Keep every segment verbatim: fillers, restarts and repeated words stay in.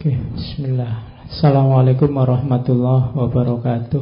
Oke, bismillah. Assalamualaikum warahmatullahi wabarakatuh.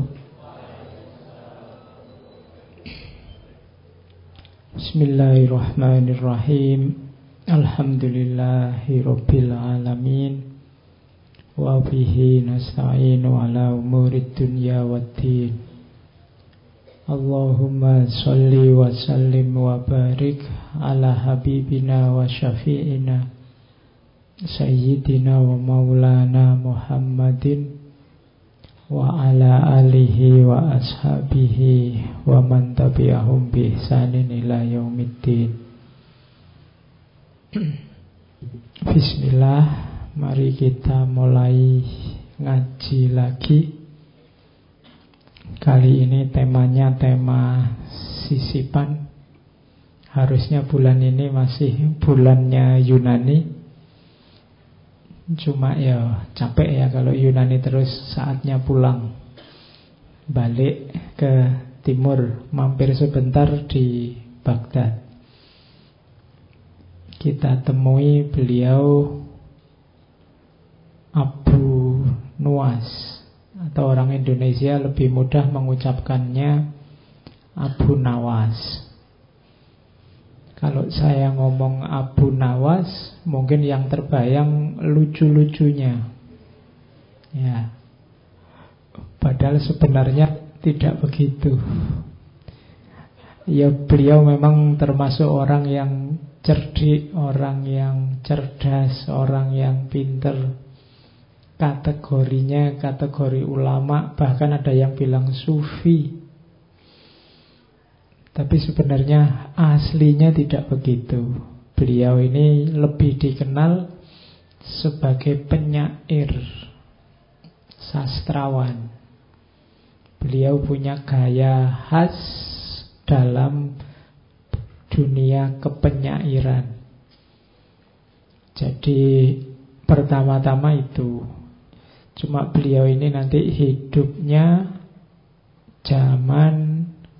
Bismillahirrahmanirrahim. Alhamdulillahi rabbil alamin. Wa bihi nasta'inu ala umurid dunya waddin. Allahumma salli wa sallim wa barik ala habibina wa syafi'ina Sayyidina wa maulana Muhammadin wa ala alihi wa ashabihi wa man tabi'ahum bi ihsanin ila yaumiddin. Bismillah, mari kita mulai ngaji lagi. Kali ini temanya tema sisipan. Harusnya bulan ini masih bulannya Yunani. Cuma ya capek ya kalau Yunani terus, saatnya pulang balik ke timur, mampir sebentar di Baghdad. Kita temui beliau Abu Nuwas, atau orang Indonesia lebih mudah mengucapkannya Abu Nawas. Kalau saya ngomong Abu Nawas, mungkin yang terbayang lucu-lucunya. Ya. Padahal sebenarnya tidak begitu. Ya, beliau memang termasuk orang yang cerdik, orang yang cerdas, orang yang pinter. Kategorinya kategori ulama, bahkan ada yang bilang sufi. Tapi sebenarnya aslinya tidak begitu. Beliau ini lebih dikenal sebagai penyair, sastrawan. Beliau punya gaya khas dalam dunia kepenyairan. Jadi pertama-tama itu. Cuma beliau ini nanti hidupnya zaman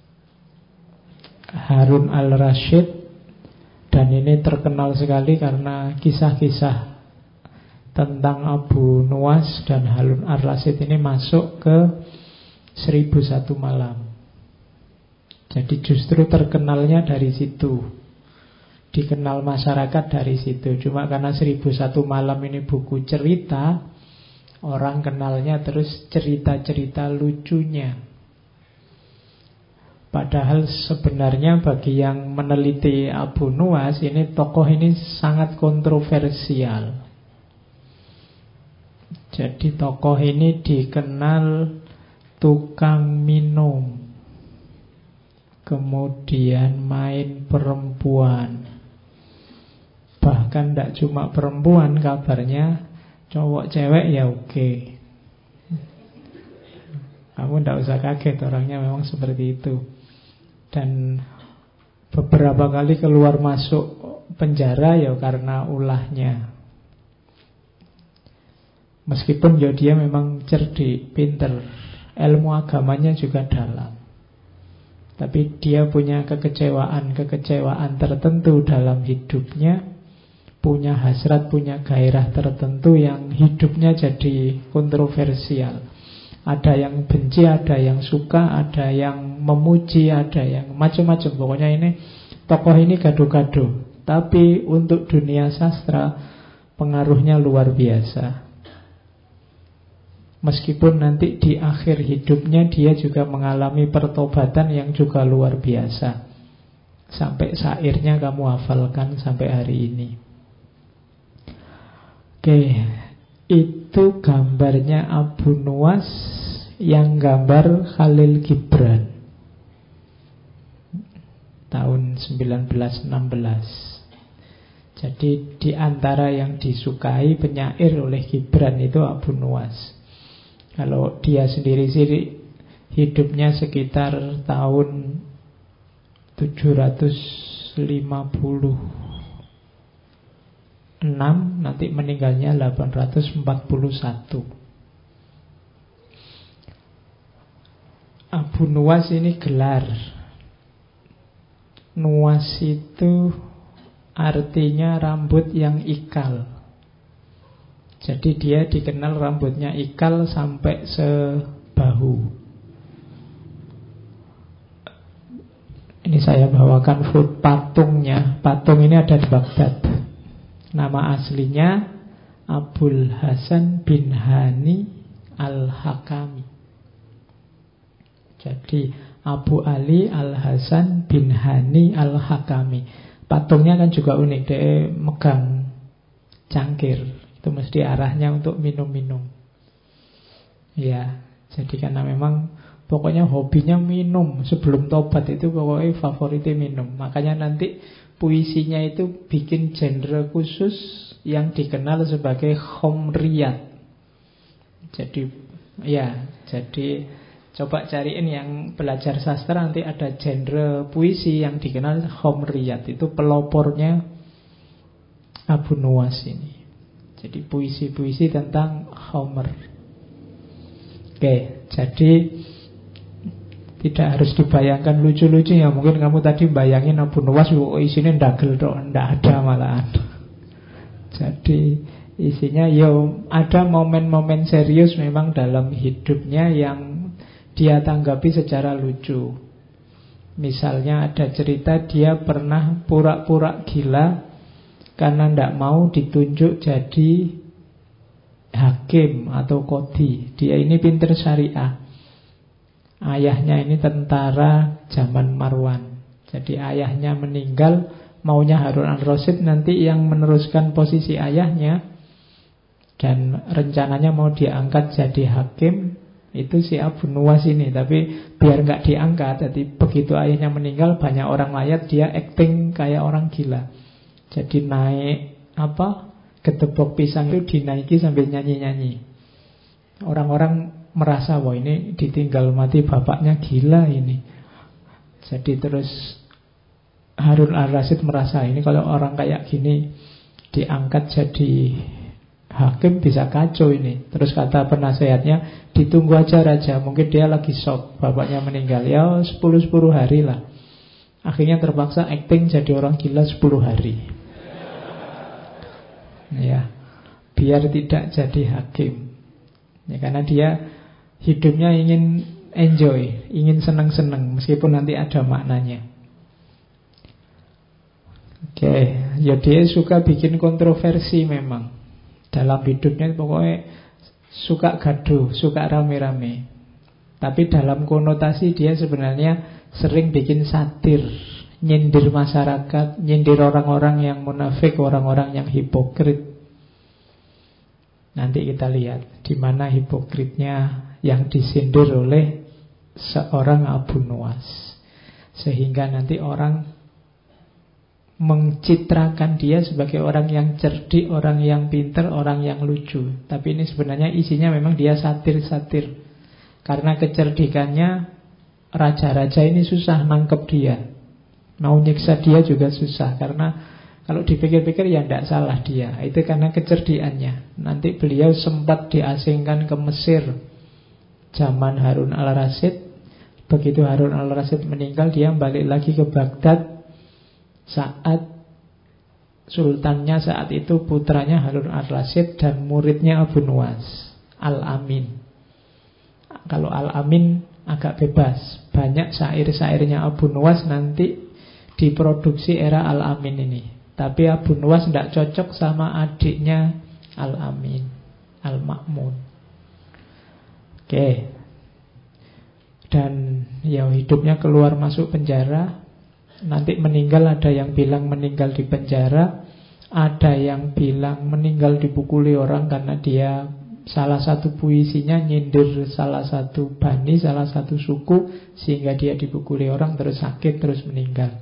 Harun al-Rashid, dan ini terkenal sekali karena kisah-kisah tentang Abu Nuwas dan Harun al-Rashid ini masuk ke seribu satu malam. Jadi justru terkenalnya dari situ, dikenal masyarakat dari situ. Cuma karena seribu satu malam ini buku cerita, orang kenalnya terus cerita-cerita lucunya. Padahal sebenarnya bagi yang meneliti Abu Nuwas, ini tokoh ini sangat kontroversial. Jadi tokoh ini dikenal tukang minum, kemudian main perempuan. Bahkan tidak cuma perempuan, kabarnya cowok cewek ya oke. Kamu tidak usah kaget, orangnya memang seperti itu. Dan beberapa kali keluar masuk penjara ya karena ulahnya. Meskipun ya dia memang cerdik, pinter, ilmu agamanya juga dalam. Tapi dia punya kekecewaan-kekecewaan tertentu dalam hidupnya, punya hasrat, punya gairah tertentu yang hidupnya jadi kontroversial. Ada yang benci, ada yang suka, ada yang memuji, ada yang macam-macam. Pokoknya ini tokoh ini gado-gado. Tapi untuk dunia sastra pengaruhnya luar biasa. Meskipun nanti di akhir hidupnya dia juga mengalami pertobatan yang juga luar biasa. Sampai syairnya kamu hafalkan sampai hari ini. Oke, itu gambarnya Abu Nuwas, yang gambar Khalil Gibran tahun seribu sembilan ratus enam belas. Jadi di antara yang disukai penyair oleh Gibran itu Abu Nuwas. Kalau dia sendiri sih hidupnya sekitar tahun tujuh ratus lima puluh enam, nanti meninggalnya delapan ratus empat puluh satu. Abu Nuwas ini gelar. Nuwas itu artinya rambut yang ikal. Jadi dia dikenal rambutnya ikal sampai sebahu. Ini saya bawakan foto patungnya. Patung ini ada di Baghdad. Nama aslinya Abul Hasan bin Hani Al-Hakami. Jadi Abu Ali Al-Hasan bin Hani Al-Hakami. Patungnya kan juga unik. Dia megang cangkir. Itu mesti arahnya untuk minum-minum. Ya, jadi karena memang pokoknya hobinya minum. Sebelum tobat itu pokoknya favoritnya minum. Makanya nanti puisinya itu bikin genre khusus yang dikenal sebagai khomriyat. Jadi ya, jadi coba cariin yang belajar sastra, nanti ada genre puisi yang dikenal khomriyat. Itu pelopornya Abu Nuwas ini. Jadi puisi-puisi tentang Homer. Oke, jadi tidak harus dibayangkan lucu-lucu ya. Mungkin kamu tadi bayangin Abu Nuwas, oh isinya ndagel dong, ndak ada malahan. Jadi isinya yo ada momen-momen serius memang dalam hidupnya yang dia tanggapi secara lucu. Misalnya ada cerita dia pernah pura-pura gila karena ndak mau ditunjuk jadi hakim atau qadhi. Dia ini pinter syariah. Ayahnya ini tentara zaman Marwan. Jadi ayahnya meninggal, maunya Harun al-Rasyid nanti yang meneruskan posisi ayahnya, dan rencananya mau diangkat jadi hakim. Itu si Abu Nuwas ini. Tapi biar gak diangkat, jadi begitu ayahnya meninggal, banyak orang layat, dia acting kayak orang gila. Jadi naik apa gedebok pisang itu dinaiki sambil nyanyi-nyanyi. Orang-orang merasa wah ini ditinggal mati bapaknya gila ini. Jadi terus Harun al-Rasyid merasa ini kalau orang kayak gini diangkat jadi hakim bisa kacau ini. Terus kata penasehatnya, ditunggu aja raja, mungkin dia lagi shock bapaknya meninggal. Ya sepuluh hari lah. Akhirnya terpaksa acting jadi orang gila sepuluh hari. Ya, biar tidak jadi hakim. Ya, karena dia hidupnya ingin enjoy, ingin senang-senang meskipun nanti ada maknanya. Oke, ya dia suka bikin kontroversi memang. Dalam hidupnya pokoknya suka gaduh, suka rame-rame. Tapi dalam konotasi dia sebenarnya sering bikin satir, nyindir masyarakat, nyindir orang-orang yang munafik, orang-orang yang hipokrit. Nanti kita lihat di mana hipokritnya yang disindir oleh seorang Abu Nuwas, sehingga nanti orang mencitrakan dia sebagai orang yang cerdik, orang yang pintar, orang yang lucu. Tapi ini sebenarnya isinya memang dia satir-satir. Karena kecerdikannya, raja-raja ini susah nangkep dia. Mau nyiksa dia juga susah. Karena kalau dipikir-pikir ya tidak salah dia. Itu karena kecerdikannya. Nanti beliau sempat diasingkan ke Mesir zaman Harun al-Rasyid. Begitu Harun al-Rasyid meninggal, dia balik lagi ke Baghdad. Saat sultannya saat itu putranya Harun al-Rasyid dan muridnya Abu Nuwas, Al-Amin. Kalau Al-Amin agak bebas. Banyak syair-syairnya Abu Nuwas nanti diproduksi era Al-Amin ini. Tapi Abu Nuwas tidak cocok sama adiknya Al-Amin, Al-Ma'mun. Oke. Dan ya hidupnya keluar masuk penjara. Nanti meninggal, ada yang bilang meninggal di penjara, ada yang bilang meninggal dipukuli orang karena dia salah satu puisinya nyindir salah satu bani, salah satu suku, sehingga dia dipukuli orang terus sakit terus meninggal.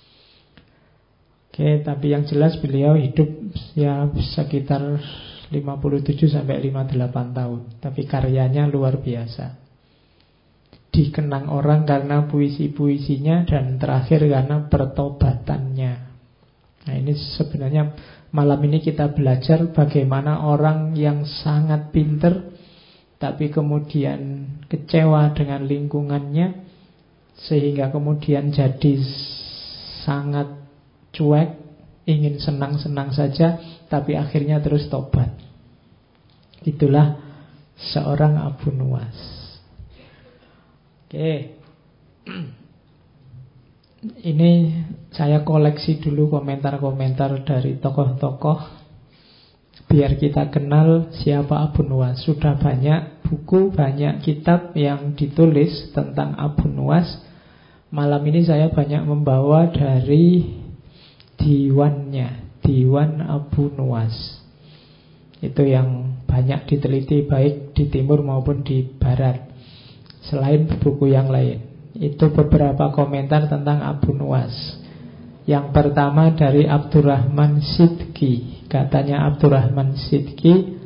Oke, tapi yang jelas beliau hidup ya sekitar lima puluh tujuh sampai lima puluh delapan tahun. Tapi karyanya luar biasa. Dikenang orang karena puisi-puisinya, dan terakhir karena pertobatannya. Nah ini sebenarnya malam ini kita belajar bagaimana orang yang sangat pinter tapi kemudian kecewa dengan lingkungannya, sehingga kemudian jadi sangat cuek, ingin senang-senang saja, tapi akhirnya terus tobat. Itulah seorang Abu Nuwas. Oke. Ini saya koleksi dulu komentar-komentar dari tokoh-tokoh biar kita kenal siapa Abu Nuwas. Sudah banyak buku, banyak kitab yang ditulis tentang Abu Nuwas. Malam ini saya banyak membawa dari diwannya, Diwan Abu Nuwas. Itu yang banyak diteliti baik di timur maupun di barat, selain buku yang lain. Itu beberapa komentar tentang Abu Nuwas. Yang pertama dari Abdurrahman Sidki. Katanya Abdurrahman Sidki,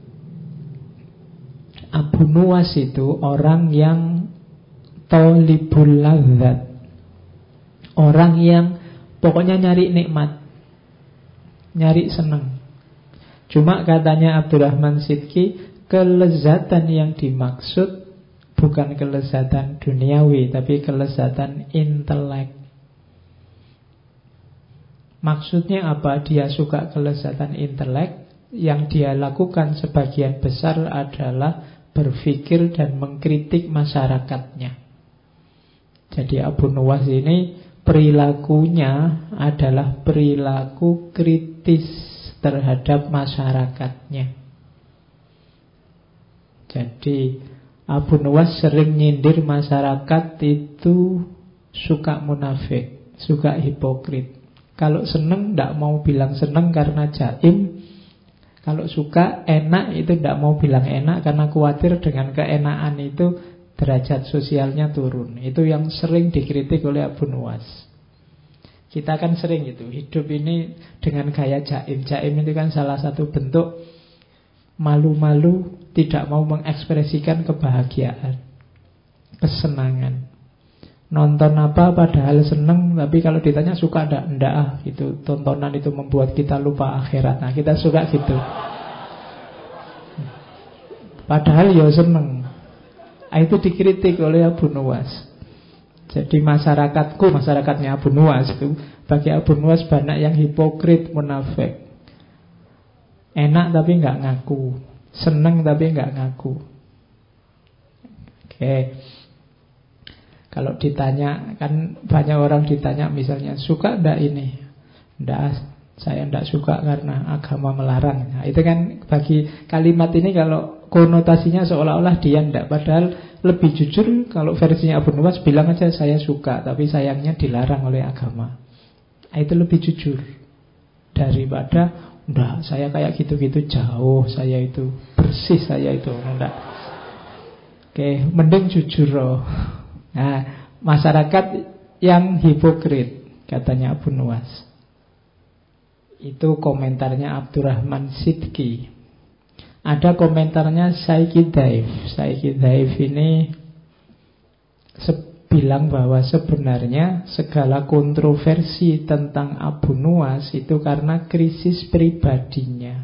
Abu Nuwas itu orang yang tolibul ladzat, orang yang pokoknya nyari nikmat, nyari seneng. Cuma katanya Abdurrahman Sidki, kelezatan yang dimaksud bukan kelezatan duniawi, tapi kelezatan intelek. Maksudnya apa? Dia suka kelezatan intelek. Yang dia lakukan sebagian besar adalah berpikir dan mengkritik masyarakatnya. Jadi Abu Nuwas ini perilakunya adalah perilaku kritis terhadap masyarakatnya. Jadi Abu Nuwas sering nyindir masyarakat itu suka munafik, suka hipokrit. Kalau seneng tidak mau bilang seneng karena jaim. Kalau suka enak itu tidak mau bilang enak karena khawatir dengan keenakan itu derajat sosialnya turun. Itu yang sering dikritik oleh Abu Nuwas. Kita kan sering gitu, hidup ini dengan gaya jaim. Jaim itu kan salah satu bentuk malu-malu, tidak mau mengekspresikan kebahagiaan, kesenangan. Nonton apa padahal seneng, tapi kalau ditanya suka enggak? Enggak ah, gitu. Tontonan itu membuat kita lupa akhirat. Nah, kita suka gitu. Padahal ya seneng. Itu dikritik oleh Abu Nuwas. Jadi masyarakatku, masyarakatnya Abu Nuwas itu, bagi Abu Nuwas banyak yang hipokrit, munafik. Enak tapi nggak ngaku, seneng tapi nggak ngaku. Oke. Kalau ditanya, kan banyak orang ditanya misalnya, suka ndak ini? Ndak, saya ndak suka karena agama melarang. Nah, itu kan bagi kalimat ini kalau konotasinya seolah-olah dia ndak, padahal lebih jujur kalau versinya Abu Nuwas bilang aja saya suka, tapi sayangnya dilarang oleh agama. Nah, itu lebih jujur daripada ndak, saya kayak gitu-gitu jauh, saya itu bersih, saya itu ndak. Oke, mending jujur loh. Nah, masyarakat yang hipokrit, katanya Abu Nuwas. Itu komentarnya Abdurrahman Sidki. Ada komentarnya Sayyid Daif. Sayyid Daif ini bilang bahwa sebenarnya segala kontroversi tentang Abu Nuwas itu karena krisis pribadinya.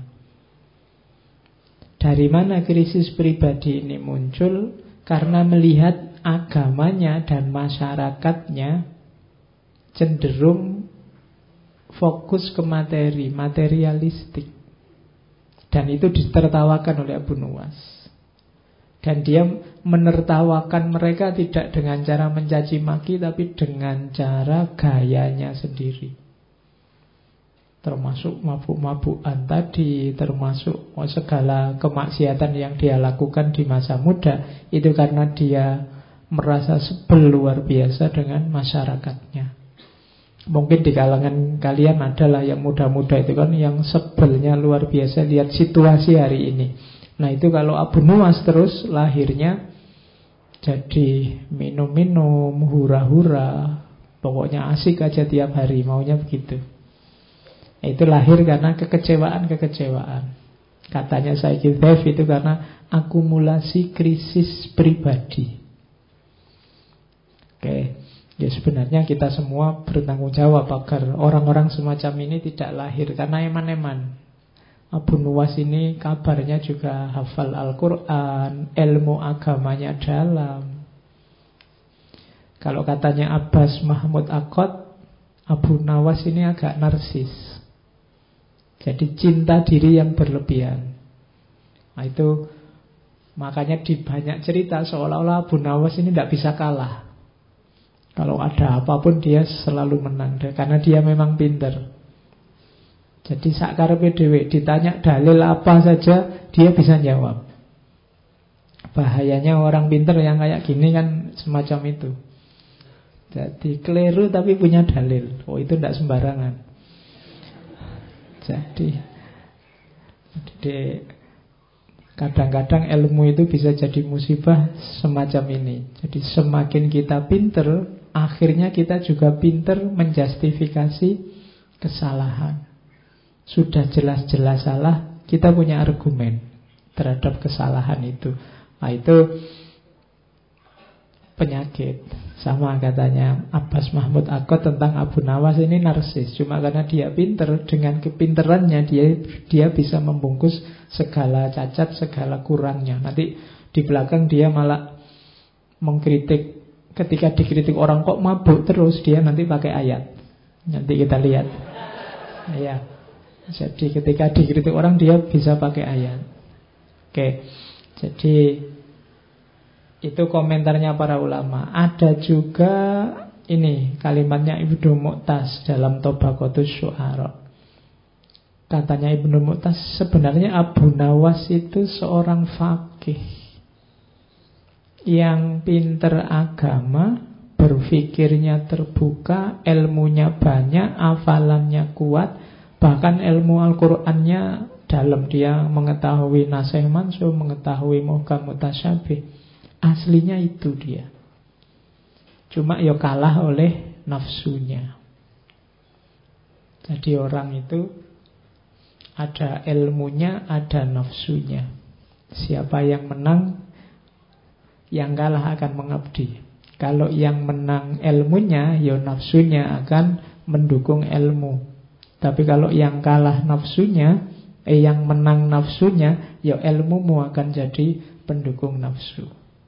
Dari mana krisis pribadi ini muncul? Karena melihat agamanya dan masyarakatnya cenderung fokus ke materi, materialistik. Dan itu ditertawakan oleh Abu Nuwas. Dan dia menertawakan mereka tidak dengan cara mencaci maki, tapi dengan cara gayanya sendiri. Termasuk mabuk-mabukan tadi, termasuk oh, segala kemaksiatan yang dia lakukan di masa muda. Itu karena dia merasa sebel luar biasa dengan masyarakatnya. Mungkin di kalangan kalian adalah yang muda-muda itu kan, yang sebelnya luar biasa lihat situasi hari ini. Nah itu kalau Abu Nuwas terus lahirnya jadi minum-minum, hura-hura, pokoknya asik aja tiap hari, maunya begitu. Itu lahir karena kekecewaan-kekecewaan. Katanya Sayyid Daif itu karena akumulasi krisis pribadi. Oke, ya sebenarnya kita semua bertanggung jawab agar orang-orang semacam ini tidak lahir karena eman-eman. Abu Nuwas ini kabarnya juga hafal Al-Quran, ilmu agamanya dalam. Kalau katanya Abbas Mahmud Aqad, Abu Nuwas ini agak narsis. Jadi cinta diri yang berlebihan. Nah, itu makanya di banyak cerita seolah-olah Abu Nawas ini tidak bisa kalah. Kalau ada apapun dia selalu menang, karena dia memang pinter. Jadi sakarepe dhewe ditanya dalil apa saja dia bisa jawab. Bahayanya orang pinter yang kayak gini kan semacam itu. Jadi keliru tapi punya dalil. Oh, itu tidak sembarangan. Jadi, jadi kadang-kadang ilmu itu bisa jadi musibah semacam ini. Jadi semakin kita pinter, akhirnya kita juga pinter menjustifikasi kesalahan. Sudah jelas-jelas salah, kita punya argumen terhadap kesalahan itu. Nah, itu penyakit. Sama katanya Abbas Mahmud Aqad tentang Abu Nawas ini narsis. Cuma karena dia pinter, dengan kepinterannya dia dia bisa membungkus segala cacat, segala kurangnya. Nanti di belakang dia malah mengkritik. Ketika dikritik orang kok mabuk terus, dia nanti pakai ayat. Nanti kita lihat. Ya. Jadi ketika dikritik orang dia bisa pakai ayat. Oke. Jadi itu komentarnya para ulama. Ada juga ini kalimatnya Ibnu Mu'taz dalam Tabaqatus Syu'ara. Katanya Ibnu Mu'taz, sebenarnya Abu Nawas itu seorang faqih yang pinter agama, berpikirnya terbuka, ilmunya banyak, hafalannya kuat, bahkan ilmu Al-Qur'annya dalam. Dia mengetahui nasih mansukh, mengetahui muhkam mutasyabih. Aslinya itu dia. Cuma ya kalah oleh nafsunya. Jadi orang itu ada ilmunya, ada nafsunya. Siapa yang menang, yang kalah akan mengabdi. Kalau yang menang ilmunya, ya nafsunya akan mendukung ilmu. Tapi kalau yang kalah nafsunya, eh yang menang nafsunya, ya ilmumu akan jadi pendukung nafsu.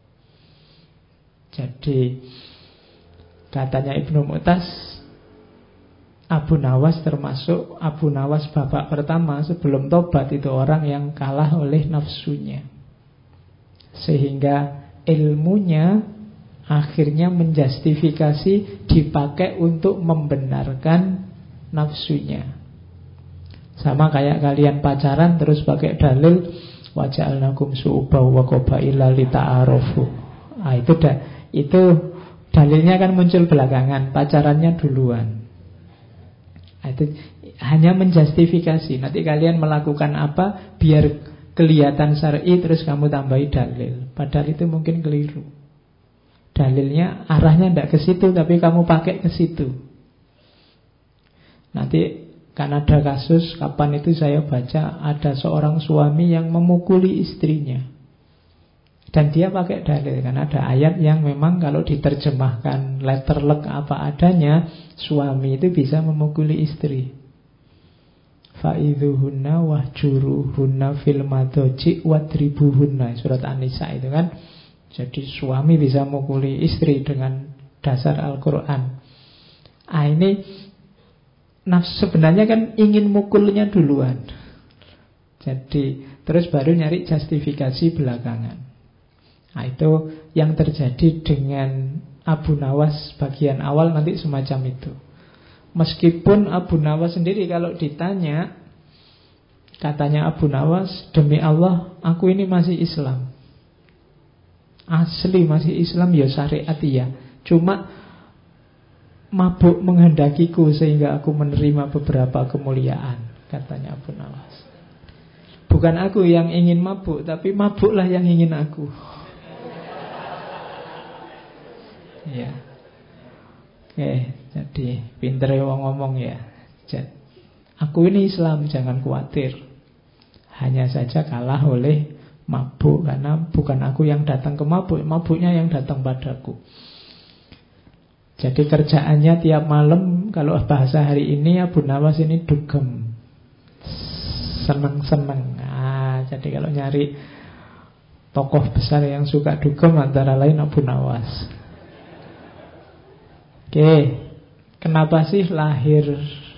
Jadi katanya Ibnu Mu'taz, Abu Nawas termasuk Abu Nawas babak pertama sebelum tobat itu orang yang kalah oleh nafsunya. Sehingga ilmunya akhirnya menjustifikasi dipakai untuk membenarkan nafsunya. Sama kayak kalian pacaran terus pakai dalil waja'alnakum su'ubaw wa qabaila lita'arofu. Ah, itu dah. Itu dalilnya kan muncul belakangan, pacarannya duluan. Itu hanya menjustifikasi. Nanti kalian melakukan apa biar kelihatan syar'i, terus kamu tambahi dalil. Padahal itu mungkin keliru. Dalilnya arahnya tidak ke situ, tapi kamu pakai ke situ. Nanti kan ada kasus, kapan itu saya baca, ada seorang suami yang memukuli istrinya. Dan dia pakai dalil, kan ada ayat yang memang kalau diterjemahkan letterlek apa adanya, suami itu bisa memukuli istri. Fa'idhuhunna wahjuruhunna fil madoji wadribuhunna, surat An-Nisa itu kan. Jadi suami bisa memukuli istri dengan dasar Al-Quran. Ah, ini nafsu sebenarnya kan ingin mukulnya duluan. Jadi terus baru nyari justifikasi belakangan. Nah, itu yang terjadi dengan Abu Nawas bagian awal nanti semacam itu. Meskipun Abu Nawas sendiri kalau ditanya, katanya Abu Nawas, demi Allah aku ini masih Islam. Asli masih Islam, ya syariat ya. Cuma mabuk menghendakiku sehingga aku menerima beberapa kemuliaan, katanya Abu Nawas. Bukan aku yang ingin mabuk, tapi mabuklah yang ingin aku. Ya. Oke, jadi pinter wong ngomong ya. Jadi, aku ini Islam, jangan khawatir. Hanya saja kalah oleh mabuk, karena bukan aku yang datang ke mabuk, mabuknya yang datang padaku. Jadi kerjaannya tiap malam, kalau bahasa hari ini Abu Nawas ini dugem, seneng-seneng. Nah, jadi kalau nyari tokoh besar yang suka dugem antara lain Abu Nawas. Oke, kenapa sih lahir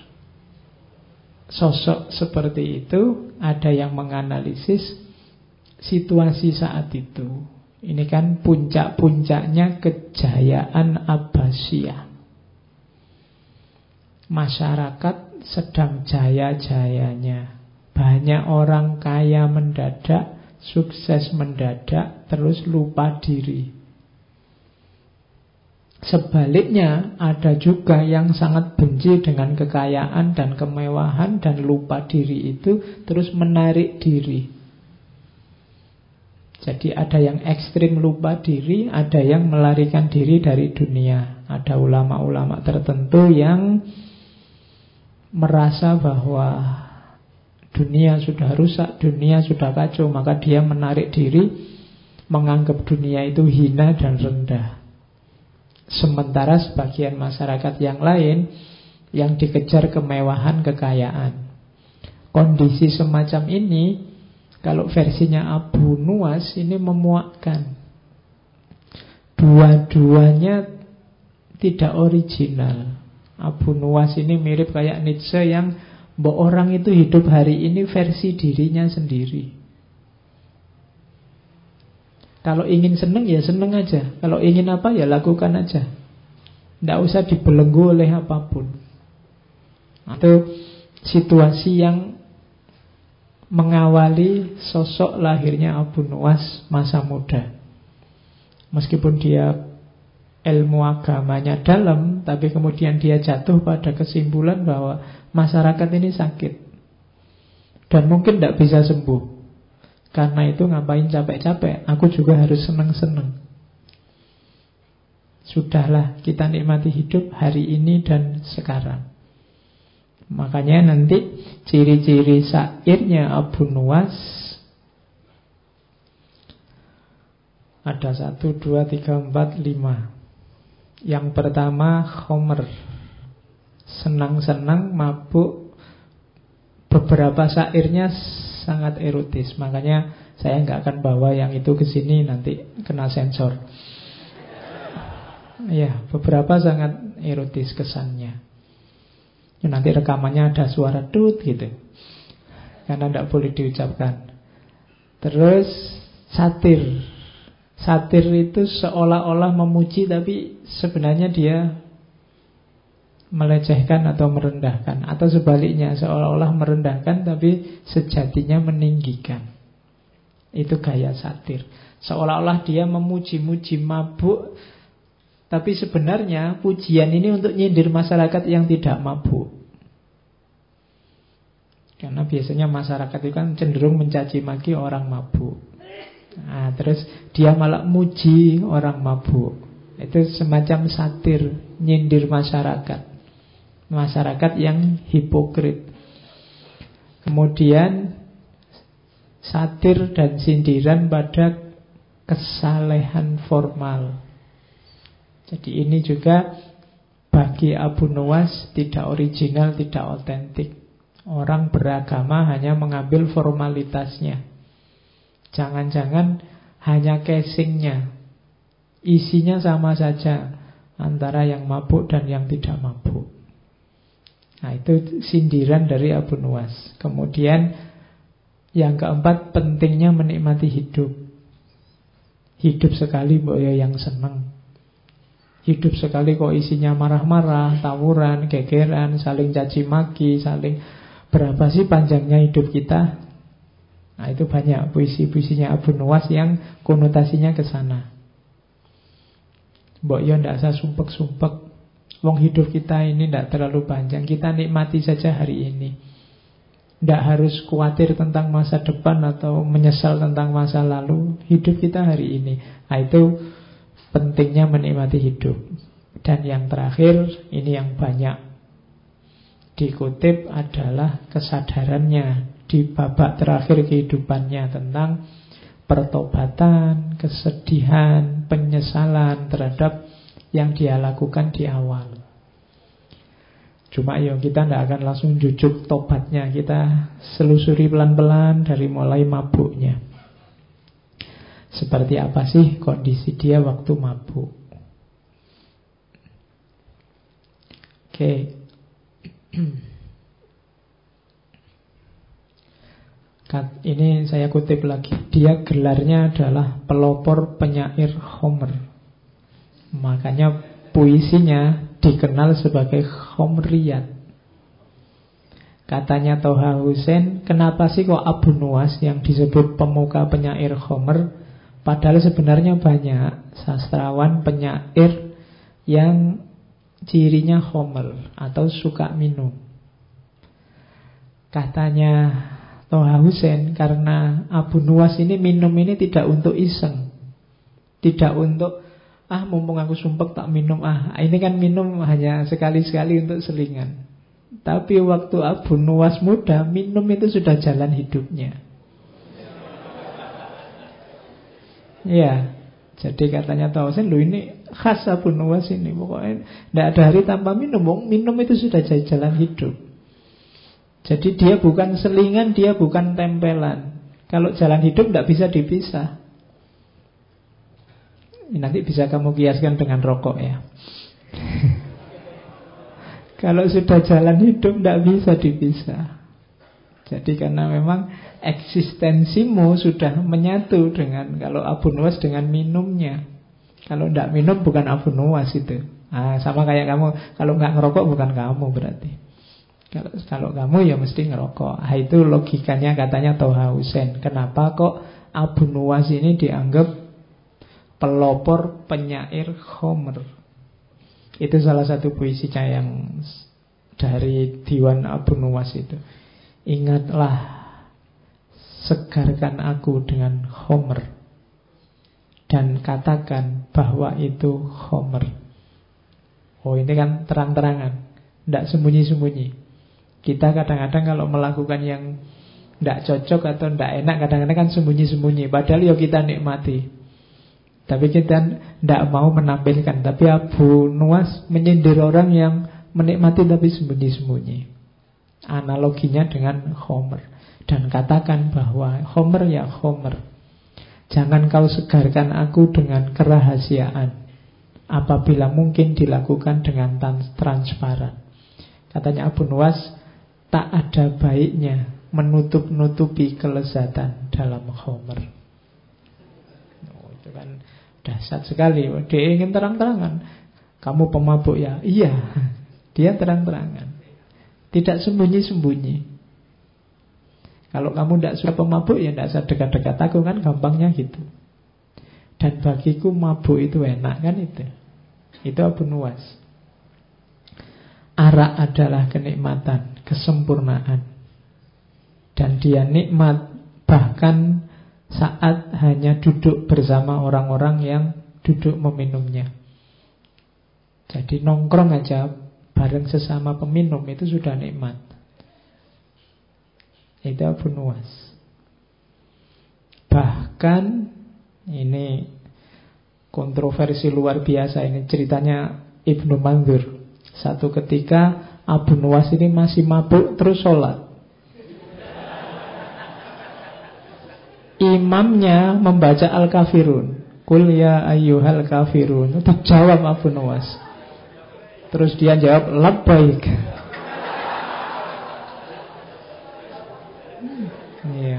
sosok seperti itu? Ada yang menganalisis, situasi saat itu. Ini kan puncak-puncaknya kejayaan Abbasiyah. Masyarakat sedang jaya-jayanya. Banyak orang kaya mendadak, sukses mendadak, terus lupa diri. Sebaliknya, ada juga yang sangat benci dengan kekayaan dan kemewahan dan lupa diri itu, terus menarik diri. Jadi ada yang ekstrim lupa diri, ada yang melarikan diri dari dunia. Ada ulama-ulama tertentu yang merasa bahwa dunia sudah rusak, dunia sudah kacau, maka dia menarik diri, menganggap dunia itu hina dan rendah. Sementara sebagian masyarakat yang lain yang dikejar kemewahan, kekayaan. Kondisi semacam ini, kalau versinya Abu Nuwas, ini memuakkan. Dua-duanya tidak original. Abu Nuwas ini mirip kayak Nietzsche yang bahwa orang itu hidup hari ini versi dirinya sendiri. Kalau ingin seneng ya seneng aja. Kalau ingin apa ya lakukan aja. Tidak usah dibelenggu oleh apapun. Itu situasi yang mengawali sosok lahirnya Abu Nuwas masa muda. Meskipun dia ilmu agamanya dalam, tapi kemudian dia jatuh pada kesimpulan bahwa masyarakat ini sakit dan mungkin tidak bisa sembuh. Karena itu ngapain capek-capek, aku juga harus seneng-seneng. Sudahlah, kita nikmati hidup hari ini dan sekarang. Makanya nanti ciri-ciri syairnya Abu Nuwas ada satu, dua, tiga, empat, lima. Yang pertama khomer, senang-senang, mabuk. Beberapa syairnya sangat erotis, makanya saya nggak akan bawa yang itu ke sini, nanti kena sensor. Ya, beberapa sangat erotis kesannya. Ya, nanti rekamannya ada suara tut gitu, karena tidak boleh diucapkan. Terus satir. Satir itu seolah-olah memuji, tapi sebenarnya dia melecehkan atau merendahkan. Atau sebaliknya, seolah-olah merendahkan tapi sejatinya meninggikan. Itu gaya satir. Seolah-olah dia memuji-muji, mabuk, tapi sebenarnya pujian ini untuk nyindir masyarakat yang tidak mabuk. Karena biasanya masyarakat itu kan cenderung mencaci maki orang mabuk. Nah, terus dia malah muji orang mabuk. Itu semacam satir, nyindir masyarakat. Masyarakat yang hipokrit. Kemudian satir dan sindiran pada kesalehan formal. Jadi ini juga bagi Abu Nuwas tidak original, tidak otentik. Orang beragama hanya mengambil formalitasnya. Jangan-jangan hanya casingnya, isinya sama saja antara yang mabuk dan yang tidak mabuk. Nah, itu sindiran dari Abu Nuwas. Kemudian yang keempat, pentingnya menikmati hidup. Hidup sekali mbok ya yang seneng. Hidup sekali kok isinya marah-marah, tawuran, gegeran, saling caci maki, saling berapa sih panjangnya hidup kita? Nah, itu banyak puisi-puisinya Abu Nuwas yang konotasinya ke sana. Mbok yo ndak usah sumpek-sumpek. Wong hidup kita ini ndak terlalu panjang, kita nikmati saja hari ini. Ndak harus khawatir tentang masa depan atau menyesal tentang masa lalu. Hidup kita hari ini. Nah, itu pentingnya menikmati hidup. Dan yang terakhir, ini yang banyak dikutip adalah kesadarannya di babak terakhir kehidupannya tentang pertobatan, kesedihan, penyesalan terhadap yang dia lakukan di awal. Cuma ya kita tidak akan langsung jujuk tobatnya, kita selusuri pelan-pelan dari mulai mabuknya. Seperti apa sih kondisi dia waktu mabuk? Oke. Ini saya kutip lagi. Dia gelarnya adalah pelopor penyair Homer. Makanya puisinya dikenal sebagai Homeriat. Katanya Toha Hussein, kenapa sih kok Abu Nuwas yang disebut pemuka penyair Homer, padahal sebenarnya banyak sastrawan penyair yang cirinya Homer atau suka minum. Katanya Toha Hussein, karena Abu Nuwas ini minum ini tidak untuk iseng, tidak untuk ah mumpung aku sumpek tak minum, ah ini kan minum hanya sekali-sekali untuk selingan. Tapi waktu Abu Nuwas muda, minum itu sudah jalan hidupnya. Ya, jadi katanya Toha Hussein, loh ini khas Abu Nuwas ini, pokoknya tidak ada hari tanpa minum. Minum itu sudah jadi jalan hidup. Jadi dia bukan selingan, dia bukan tempelan. Kalau jalan hidup tidak bisa dipisah. Nanti bisa kamu kiaskan dengan rokok ya. Kalau sudah jalan hidup tidak bisa dipisah. Jadi karena memang eksistensimu sudah menyatu dengan, kalau Abu Nuwas dengan minumnya. Kalau tidak minum bukan Abu Nuwas itu. Nah, sama kayak kamu, kalau nggak ngerokok bukan kamu berarti. Kalau, kalau kamu ya mesti ngerokok. Nah, itu logikanya katanya Toha Hussein. Kenapa kok Abu Nuwas ini dianggap pelopor penyair Homer? Itu salah satu puisinya yang dari Diwan Abu Nuwas itu. Ingatlah, segarkan aku dengan Homer, dan katakan bahwa itu Homer. Oh, ini kan terang-terangan, tidak sembunyi-sembunyi. Kita kadang-kadang kalau melakukan yang tidak cocok atau tidak enak, kadang-kadang kan sembunyi-sembunyi. Padahal ya kita nikmati, tapi kita tidak mau menampilkan. Tapi Abu Nuwas menyindir orang yang menikmati tapi sembunyi-sembunyi. Analoginya dengan Homer. Dan katakan bahwa Homer ya Homer, jangan kau segarkan aku dengan kerahasiaan, apabila mungkin dilakukan dengan transparan. Katanya Abu Nuwas, tak ada baiknya menutup-nutupi kelezatan dalam Homer. Oh, itu kan dahsyat sekali. Dia ingin terang-terangan. Kamu pemabuk ya? Iya. Dia terang-terangan, tidak sembunyi-sembunyi. Kalau kamu tidak suka pemabuk, ya tidak usah dekat-dekat aku, kan gampangnya gitu. Dan bagiku mabuk itu enak, kan itu. Itu Abu Nuwas. Arak adalah kenikmatan, kesempurnaan. Dan dia nikmat bahkan saat hanya duduk bersama orang-orang yang duduk meminumnya. Jadi nongkrong aja bareng sesama peminum itu sudah nikmat. Itu Abu Nuwas. Bahkan ini kontroversi luar biasa, ini ceritanya Ibnu Mandzur. Satu ketika Abu Nuwas ini masih mabuk terus sholat. Imamnya membaca Al-Kafirun, Qul ya ayyuhal kafirun. Itu jawab Abu Nuwas. Terus dia jawab labbaik. Iya.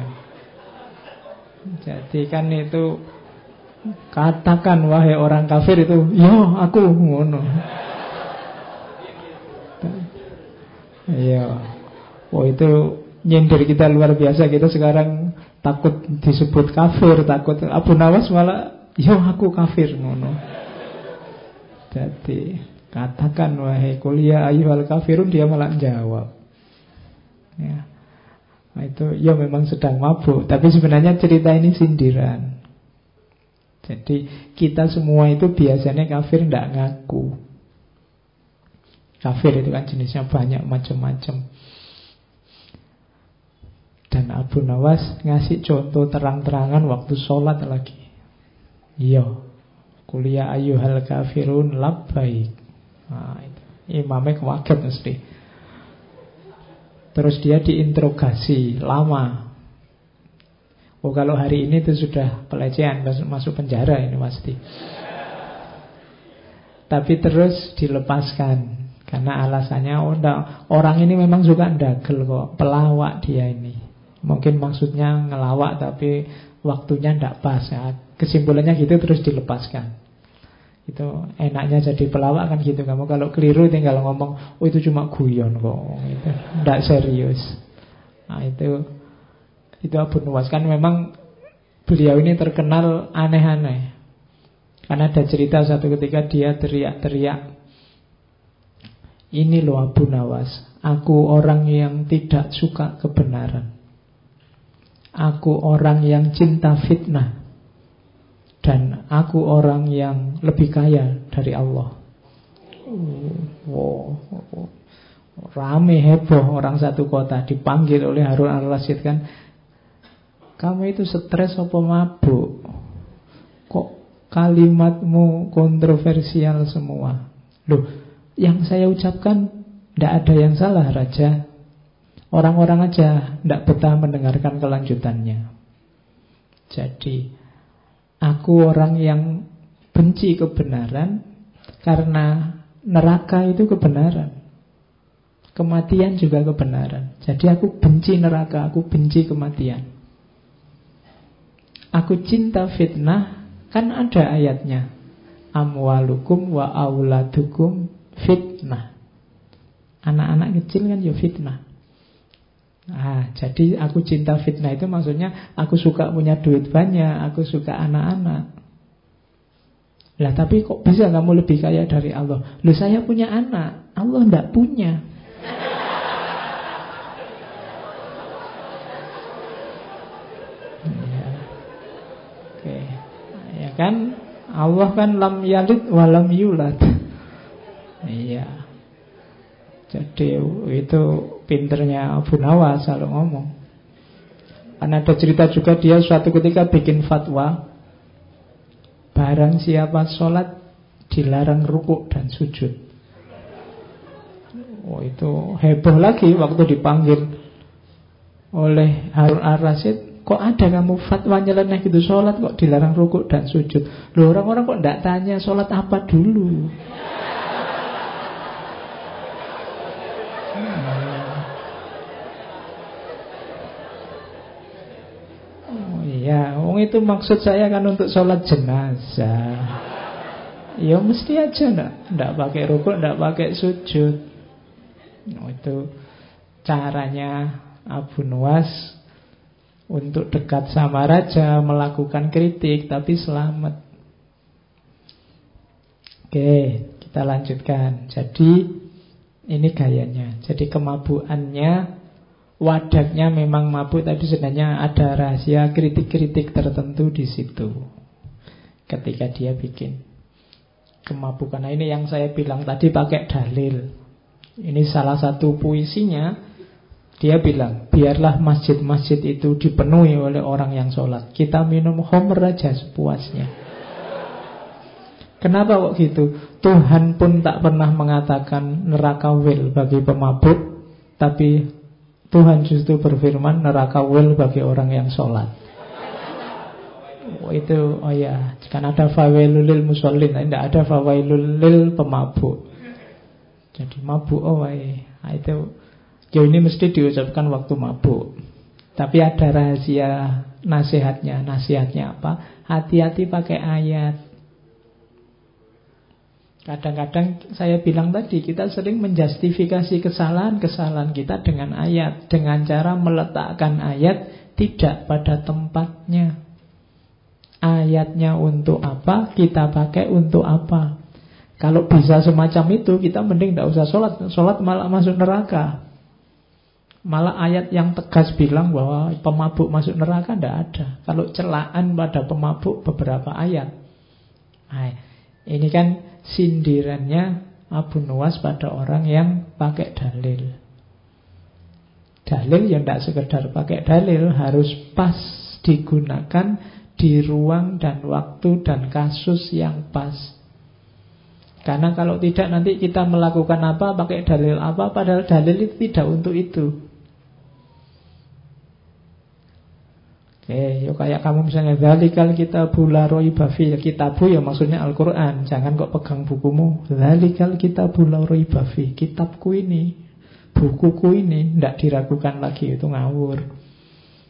Jadi kan itu, katakan wahai orang kafir itu, yo aku ngono. Iya. Oh, itu nyindir kita luar biasa. Kita sekarang takut disebut kafir, takut. Abu Nuwas malah yo aku kafir ngono. Jadi katakan wahai kuliah ayyuhal kafirun, dia malah jawab. Ya. Nah, itu ya memang sedang mabuk, tapi sebenarnya cerita ini sindiran. Jadi kita semua itu biasanya kafir tidak ngaku. Kafir itu kan jenisnya banyak macam-macam. Dan Abu Nuwas ngasih contoh terang-terangan waktu sholat lagi. Iya, kuliah ayyuhal kafirun labbaik. Nah, itu imamnya kaget mesti. Terus dia diinterogasi lama. Oh, kalau hari ini itu sudah pelecehan, masuk penjara ini pasti. Tapi terus dilepaskan karena alasannya, oh enggak, orang ini memang suka ndagel kok, pelawak dia ini. Mungkin maksudnya ngelawak tapi waktunya tidak pas ya. Kesimpulannya gitu terus dilepaskan. Itu enaknya jadi pelawak kan gitu. Kamu kalau keliru tinggal ngomong, oh itu cuma guyon kok, itu tidak serius. Nah itu Itu Abu Nuwas. Kan memang beliau ini terkenal aneh-aneh. Karena ada cerita satu ketika dia teriak-teriak, ini loh Abu Nuwas, aku orang yang tidak suka kebenaran, aku orang yang cinta fitnah, dan aku orang yang lebih kaya dari Allah. Wow, wow. Rame heboh orang satu kota. Dipanggil oleh Harun al-Rasyid kan, kamu itu stres apa mabuk? Kok kalimatmu kontroversial semua? Loh, yang saya ucapkan tidak ada yang salah Raja. Orang-orang aja tidak betah mendengarkan kelanjutannya. Jadi aku orang yang benci kebenaran, karena neraka itu kebenaran, kematian juga kebenaran. Jadi aku benci neraka, aku benci kematian. Aku cinta fitnah, kan ada ayatnya, amwalukum wa auladukum fitnah. Anak-anak kecil kan ya fitnah. Ah, jadi aku cinta fitnah itu maksudnya aku suka punya duit banyak, aku suka anak-anak. Lah tapi kok bisa kamu lebih kaya dari Allah? Loh saya punya anak, Allah enggak punya. Ya. Oke. Ya kan Allah kan lam yalid wa lam yulad. Iya. Jadi itu pinternya Abu Nuwas kalau ngomong. Karena ada cerita juga dia suatu ketika bikin fatwa, barang siapa sholat dilarang rukuk dan sujud. Oh itu heboh lagi waktu dipanggil oleh Harun al-Rasyid, kok ada kamu fatwa nyeleneh gitu, sholat kok dilarang rukuk dan sujud. Loh orang-orang kok tidak tanya sholat apa dulu. Ya, wong itu maksud saya kan untuk sholat jenazah. Ya mesti aja ndak, ndak pakai rukuk, ndak pakai sujud. Oh, itu caranya Abu Nuwas untuk dekat sama raja, melakukan kritik tapi selamat. Oke, kita lanjutkan. Jadi ini gayanya. Jadi kemabuannya, wadahnya memang mabuk, tapi sebenarnya ada rahasia kritik-kritik tertentu di situ ketika dia bikin kemabukan. Nah ini yang saya bilang tadi pakai dalil. Ini salah satu puisinya. Dia bilang, biarlah masjid-masjid itu dipenuhi oleh orang yang sholat, kita minum homer aja sepuasnya. Kenapa kok gitu? Tuhan pun tak pernah mengatakan neraka wel bagi pemabuk, tapi Tuhan justru berfirman neraka wel bagi orang yang sholat. Oh, itu, oh ya, kan ada fawailul lil musallin, tidak ada fawailul lil pemabuk. Jadi mabuk, oh ay. Nah, itu, ya ini mesti diucapkan waktu mabuk. Tapi ada rahasia nasihatnya. Nasihatnya apa? Hati-hati pakai ayat. Kadang-kadang saya bilang tadi, kita sering menjustifikasi kesalahan-kesalahan kita dengan ayat, dengan cara meletakkan ayat tidak pada tempatnya. Ayatnya untuk apa, kita pakai untuk apa. Kalau bisa semacam itu, kita mending tidak usah sholat. Sholat malah masuk neraka. Malah ayat yang tegas bilang bahwa pemabuk masuk neraka tidak ada. Kalau celaan pada pemabuk beberapa ayat. Nah, ini kan sindirannya Abu Nuwas pada orang yang pakai dalil. Dalil yang tidak sekedar pakai dalil, harus pas digunakan di ruang dan waktu dan kasus yang pas. Karena kalau tidak nanti kita melakukan apa, pakai dalil apa, padahal dalil itu tidak untuk itu. Oke, yuk kayak kamu misalnya Zalikal kitabu la raiba fi. Kitabu ya maksudnya Al-Quran. Jangan kok pegang bukumu. Zalikal kitabu la raiba fi. Kitabku ini, bukuku ini, tidak diragukan lagi, itu ngawur.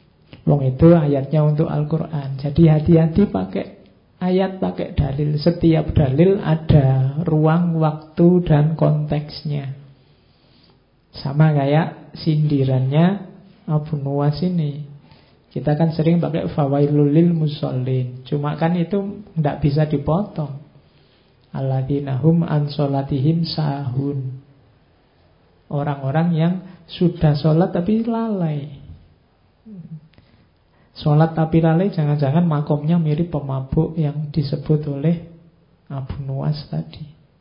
Wong itu ayatnya untuk Al-Quran. Jadi hati-hati pakai ayat, pakai dalil. Setiap dalil ada ruang, waktu, dan konteksnya. Sama kayak sindirannya Abu Nuwas ini. Kita kan sering pakai fawailul lil musallin. Cuma kan itu tidak bisa dipotong. Alladzina hum an sholatihim sahun. Orang-orang yang sudah sholat tapi lalai. Sholat tapi lalai, jangan-jangan makomnya mirip pemabuk yang disebut oleh Abu Nuwas tadi.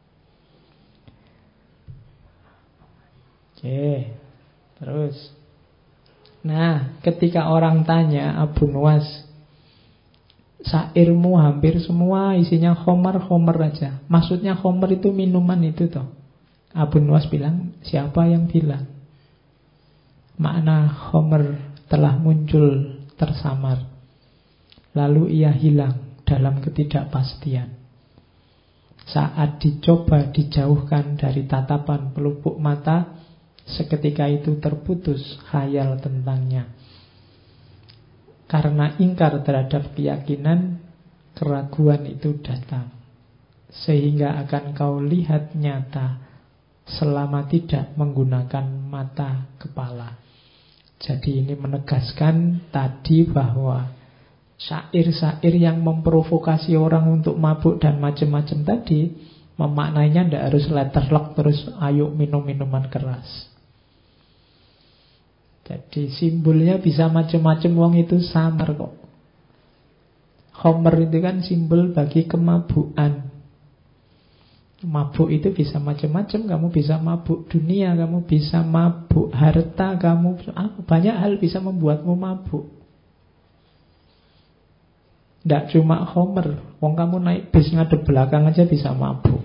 Oke, terus. Nah, ketika orang tanya Abu Nuwas, syairmu hampir semua isinya khomer-khomer aja. Maksudnya khomer itu minuman itu toh. Abu Nuwas bilang, siapa yang bilang? Makna khomer telah muncul tersamar, lalu ia hilang dalam ketidakpastian. Saat dicoba dijauhkan dari tatapan pelupuk mata, seketika itu terputus khayal tentangnya. Karena ingkar terhadap keyakinan, keraguan itu datang, sehingga akan kau lihat nyata selama tidak menggunakan mata kepala. Jadi ini menegaskan tadi bahwa syair-syair yang memprovokasi orang untuk mabuk dan macam-macam tadi, memaknainya tidak harus letterlock terus ayo minum minuman keras. Jadi simbolnya bisa macam-macam, wong itu samar kok. Homer itu kan simbol bagi kemabukan. Mabuk itu bisa macam-macam. Kamu bisa mabuk dunia, kamu bisa mabuk harta, kamu banyak hal bisa membuatmu mabuk. Tidak cuma Homer. Wong kamu naik bis ngadep belakang aja bisa mabuk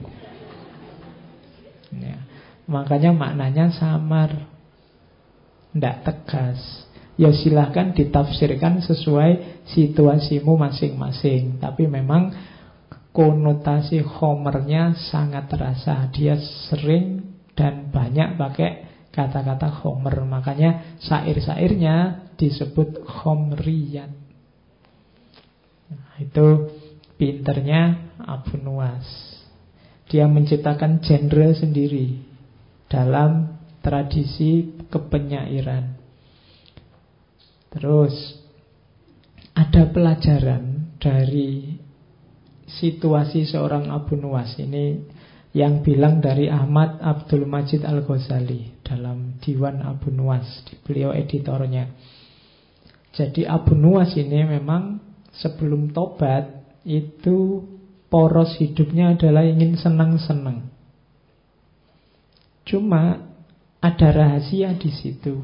ya. Makanya maknanya samar, tidak tegas. Ya silahkan ditafsirkan sesuai situasimu masing-masing. Tapi memang konotasi Homernya sangat terasa. Dia sering dan banyak pakai kata-kata Homer. Makanya syair-syairnya disebut Homerian. Nah, itu pinternya Abu Nuwas. Dia menciptakan genre sendiri dalam tradisi kepenyairan. Terus ada pelajaran dari situasi seorang Abu Nuwas ini yang bilang dari Ahmad Abdul Majid Al-Ghazali dalam Diwan Abu Nuwas, beliau editornya. Jadi Abu Nuwas ini memang sebelum tobat itu poros hidupnya adalah ingin senang-senang. Cuma ada rahasia di situ.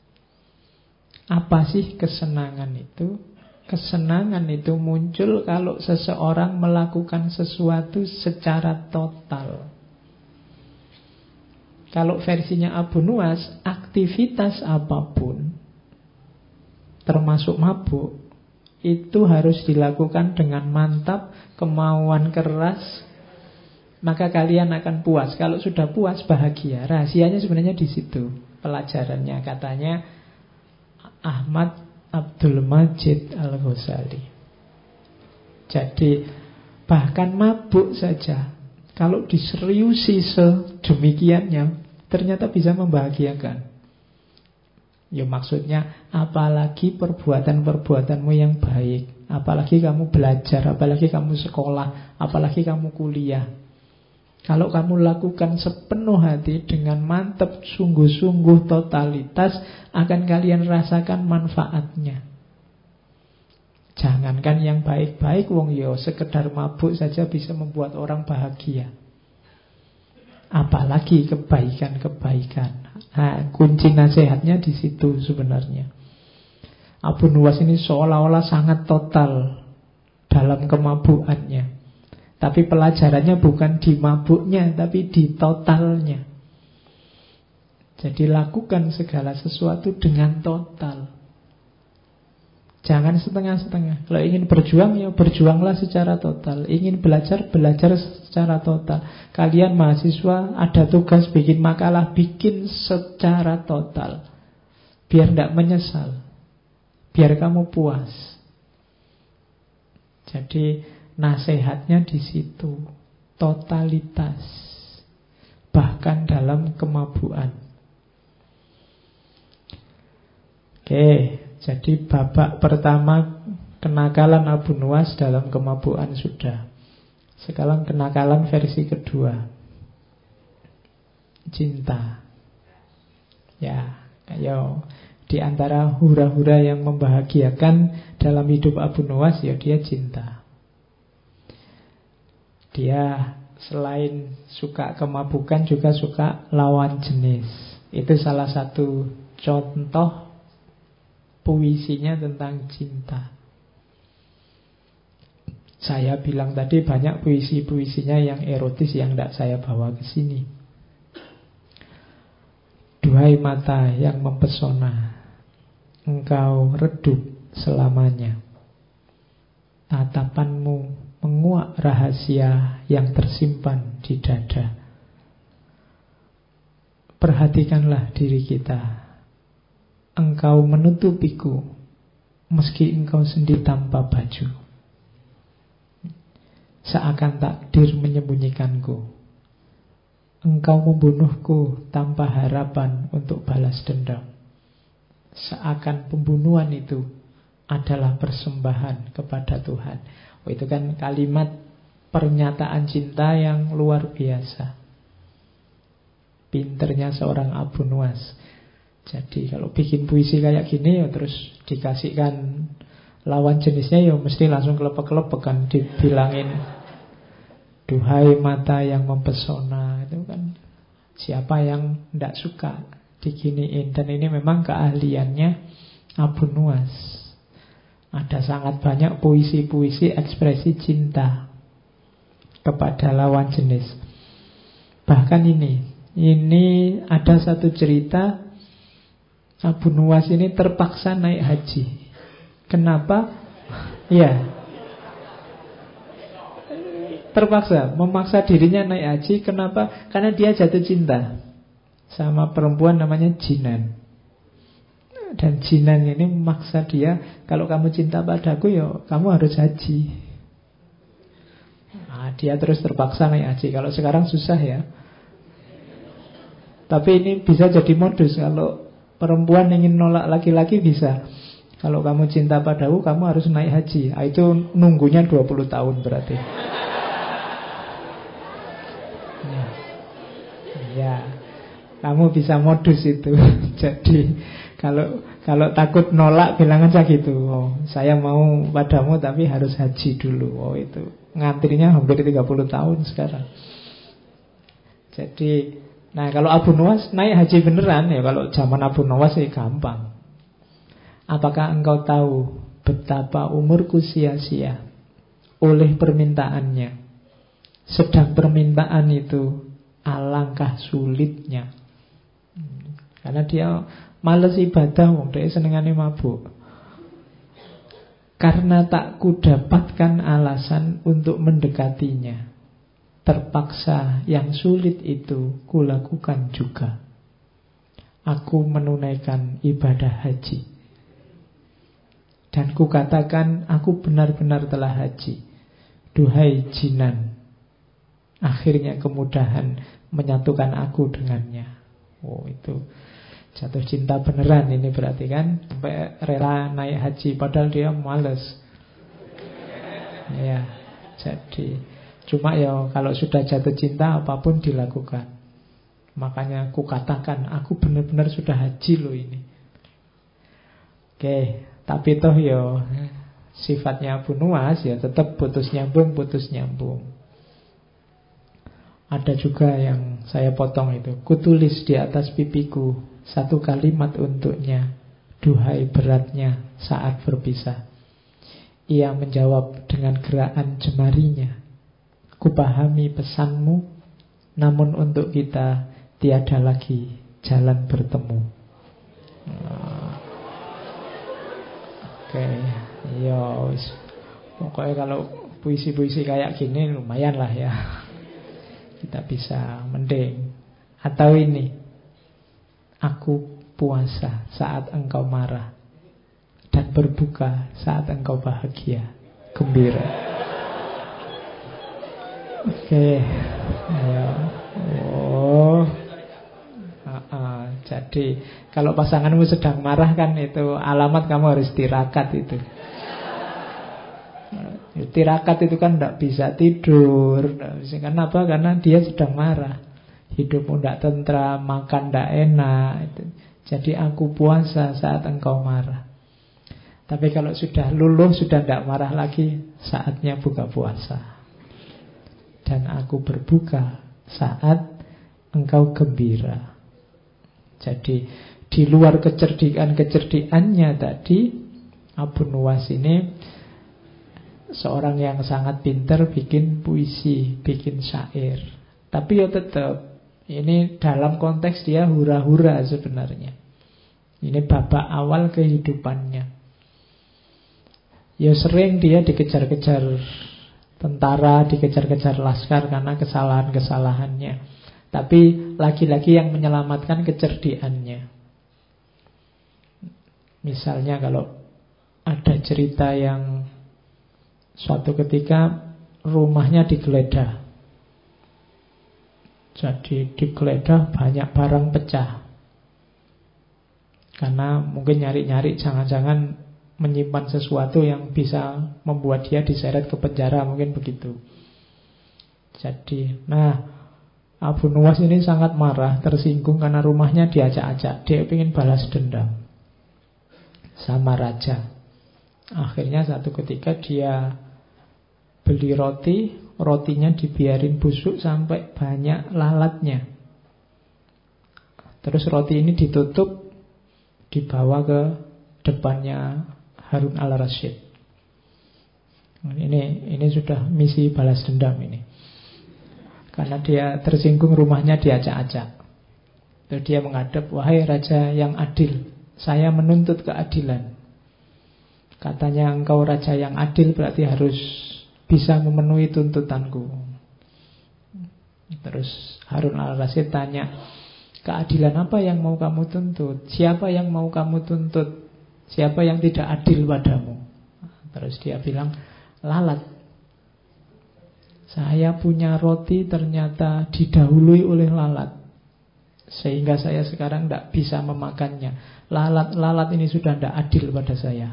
Apa sih kesenangan itu? Kesenangan itu muncul kalau seseorang melakukan sesuatu secara total. Kalau versinya Abu Nuwas, aktivitas apapun, termasuk mabuk, itu harus dilakukan dengan mantap, kemauan keras, maka kalian akan puas. Kalau sudah puas, bahagia. Rahasianya sebenarnya di situ. Pelajarannya katanya Ahmad Abdul Majid Al-Ghazali. Jadi bahkan mabuk saja, kalau diseriusi sedemikiannya, ternyata bisa membahagiakan. Ya maksudnya, apalagi perbuatan-perbuatanmu yang baik, apalagi kamu belajar, apalagi kamu sekolah, apalagi kamu kuliah. Kalau kamu lakukan sepenuh hati dengan mantap, sungguh-sungguh, totalitas, akan kalian rasakan manfaatnya. Jangankan yang baik-baik, wong yo sekedar mabuk saja bisa membuat orang bahagia. Apalagi kebaikan-kebaikan. Nah, kunci nasihatnya di situ sebenarnya. Abu Nuwas ini seolah-olah sangat total dalam kemabukannya. Tapi pelajarannya bukan di mabuknya, tapi di totalnya. Jadi lakukan segala sesuatu dengan total. Jangan setengah-setengah. Kalau ingin berjuang, ya berjuanglah secara total. Ingin belajar, belajar secara total. Kalian mahasiswa ada tugas bikin makalah, bikin secara total. Biar tidak menyesal. biar kamu puas. Jadi nasihatnya di situ, totalitas, bahkan dalam kemabuan. Oke, jadi babak pertama kenakalan Abu Nuwas dalam kemabuan sudah. Sekarang kenakalan versi kedua, cinta. Ya, ayo, di antara hura-hura yang membahagiakan dalam hidup Abu Nuwas, ya dia cinta. Dia selain suka kemabukan juga suka lawan jenis. Itu salah satu contoh puisinya tentang cinta. Saya bilang tadi banyak puisi-puisinya yang erotis yang tidak saya bawa ke sini. Duhai mata yang mempesona, engkau redup selamanya. Tatapanmu menguak rahasia yang tersimpan di dada. Perhatikanlah diri kita. Engkau menutupiku meski engkau sendiri tanpa baju. Seakan takdir menyembunyikanku. Engkau membunuhku tanpa harapan untuk balas dendam. Seakan pembunuhan itu adalah persembahan kepada Tuhan. Oh, itu kan kalimat pernyataan cinta yang luar biasa. Pinternya seorang Abu Nuwas. Jadi kalau bikin puisi kayak gini ya terus dikasihkan lawan jenisnya ya mesti langsung kelepek-kelepek kan, dibilangin duhai mata yang mempesona. Itu kan siapa yang tidak suka diginiin. Dan ini memang keahliannya Abu Nuwas. Ada sangat banyak puisi-puisi ekspresi cinta kepada lawan jenis. Bahkan ini Ini ada satu cerita, Abu Nuwas ini terpaksa naik haji. Kenapa? Ya, terpaksa, memaksa dirinya naik haji. Kenapa? Karena dia jatuh cinta sama perempuan namanya Jinan. Dan Jinan ini memaksa dia, kalau kamu cinta padaku ya kamu harus haji. Nah, dia terus terpaksa naik haji. Kalau sekarang susah ya. Tapi ini bisa jadi modus. Kalau perempuan ingin nolak laki-laki bisa. Kalau kamu cinta padaku, kamu harus naik haji. Nah, itu nunggunya dua puluh tahun berarti. Ya, ya. Kamu bisa modus itu. Jadi kalau kalau takut nolak bilang aja gitu. Oh, saya mau padamu tapi harus haji dulu. Oh, itu ngantrinya hampir tiga puluh tahun sekarang. Jadi, nah kalau Abu Nuwas naik haji beneran ya, kalau zaman Abu Nuwas sih gampang. Apakah engkau tahu betapa umurku sia-sia oleh permintaannya, sedang permintaan itu alangkah sulitnya. Karena dia males ibadah, wong dia senengane mabuk. Karena tak kudapatkan alasan untuk mendekatinya, terpaksa yang sulit itu kulakukan juga. Aku menunaikan ibadah haji. Dan kukatakan aku benar-benar telah haji. Duhai Jinan, akhirnya kemudahan menyatukan aku dengannya. Oh, itu jatuh cinta beneran ini berarti kan. Sampai rela naik haji padahal dia males. Ya, jadi cuma ya kalau sudah jatuh cinta apapun dilakukan. Makanya aku katakan aku benar-benar sudah haji loh ini. Oke, tapi toh ya sifatnya Abu Nuwas ya tetap putus nyambung, putus nyambung. Ada juga yang saya potong itu. Kutulis di atas pipiku satu kalimat untuknya, duhai beratnya saat berpisah. Ia menjawab dengan gerakan jemarinya, kupahami pesanmu, namun untuk kita tiada lagi jalan bertemu. Nah, oke, okay. Yo, pokoknya kalau puisi-puisi kayak gini lumayan lah ya. Kita bisa mending. Atau ini, aku puasa saat engkau marah dan berbuka saat engkau bahagia, gembira. Oke, okay. Ya. Oh, uh, uh. Jadi kalau pasanganmu sedang marah kan itu alamat kamu harus tirakat itu. Tirakat itu kan tidak bisa tidur. Kenapa? Karena dia sedang marah. Hidupmu tidak tentram, makan tidak enak. Jadi aku puasa saat engkau marah. Tapi kalau sudah luluh, sudah tidak marah lagi, saatnya buka puasa. Dan aku berbuka saat engkau gembira. Jadi di luar kecerdikan-kecerdikannya tadi, Abu Nuwas ini seorang yang sangat pintar bikin puisi, bikin syair. Tapi ya tetap, ini dalam konteks dia hura-hura sebenarnya. Ini babak awal kehidupannya. Ya sering dia dikejar-kejar tentara, dikejar-kejar laskar karena kesalahan-kesalahannya. Tapi lagi-lagi yang menyelamatkan kecerdikannya. Misalnya kalau ada cerita yang suatu ketika rumahnya digeledah. Jadi digeledah banyak barang pecah. Karena mungkin nyari-nyari jangan-jangan menyimpan sesuatu yang bisa membuat dia diseret ke penjara, mungkin begitu. Jadi, nah, Abu Nuwas ini sangat marah, tersinggung karena rumahnya diacak-acak. Dia ingin balas dendam sama raja. Akhirnya satu ketika dia beli roti, rotinya dibiarin busuk sampai banyak lalatnya. Terus roti ini ditutup, dibawa ke depannya Harun al-Rasyid. Ini ini sudah misi balas dendam ini. Karena dia tersinggung rumahnya diacak-acak. Terus dia menghadap, wahai raja yang adil, saya menuntut keadilan. Katanya engkau raja yang adil, berarti harus bisa memenuhi tuntutanku. Terus Harun al-Rasyid tanya, keadilan apa yang mau kamu tuntut? Siapa yang mau kamu tuntut? Siapa yang tidak adil padamu? Terus dia bilang, lalat. Saya punya roti ternyata didahului oleh lalat, sehingga saya sekarang tidak bisa memakannya. Lalat-lalat ini sudah tidak adil pada saya.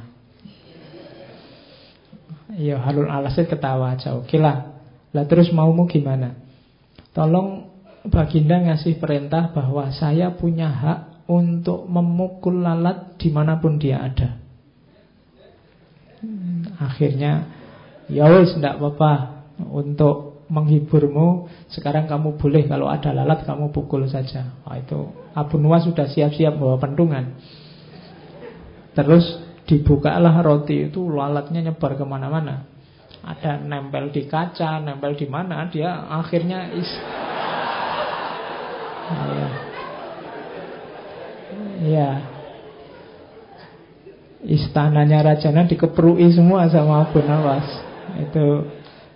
Ya Harun al-Rasyid ketawa aja. Oke lah. Lah terus maumu gimana? Tolong Baginda ngasih perintah bahwa saya punya hak untuk memukul lalat dimanapun dia ada. hmm, Akhirnya, ya wis, tidak apa-apa. Untuk menghiburmu, sekarang kamu boleh kalau ada lalat kamu pukul saja. Wah, itu Abu Nuwas sudah siap-siap bawa pentungan. Terus dibukalah roti itu, lalatnya nyebar kemana-mana. Ada nempel di kaca, nempel di mana. Dia akhirnya is ya. Ya, istananya Rajana dikeprui semua sama Abu Nuwas. Itu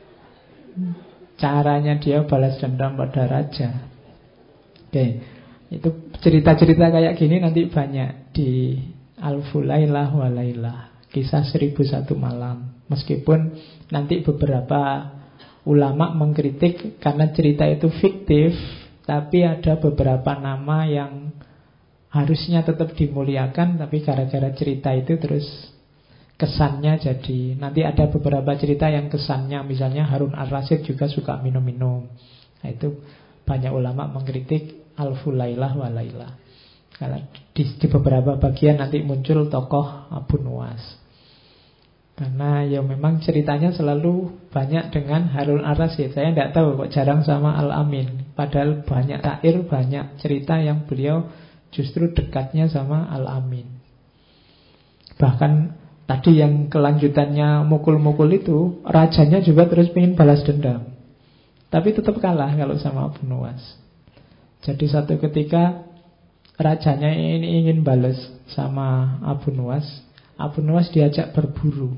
caranya dia balas dendam pada raja. Oke, itu cerita-cerita kayak gini nanti banyak di Alfu Lailah wa Lailah, kisah seribu satu malam. Meskipun nanti beberapa ulama mengkritik karena cerita itu fiktif, tapi ada beberapa nama yang harusnya tetap dimuliakan, tapi gara-gara cerita itu terus kesannya jadi. Nanti ada beberapa cerita yang kesannya, misalnya Harun al-Rasyid juga suka minum-minum. Nah, itu banyak ulama mengkritik Alfu Lailah wa Lailah. Karena di, di beberapa bagian nanti muncul tokoh Abu Nuwas. Karena ya memang ceritanya selalu banyak dengan Harun al-Rasyid. Saya tidak tahu kok jarang sama Al-Amin. Padahal banyak syair, banyak cerita yang beliau justru dekatnya sama Al-Amin. Bahkan tadi yang kelanjutannya mukul-mukul itu, rajanya juga terus ingin balas dendam, tapi tetap kalah kalau sama Abu Nuwas. Jadi satu ketika rajanya ini ingin balas sama Abu Nuwas. Abu Nuwas diajak berburu.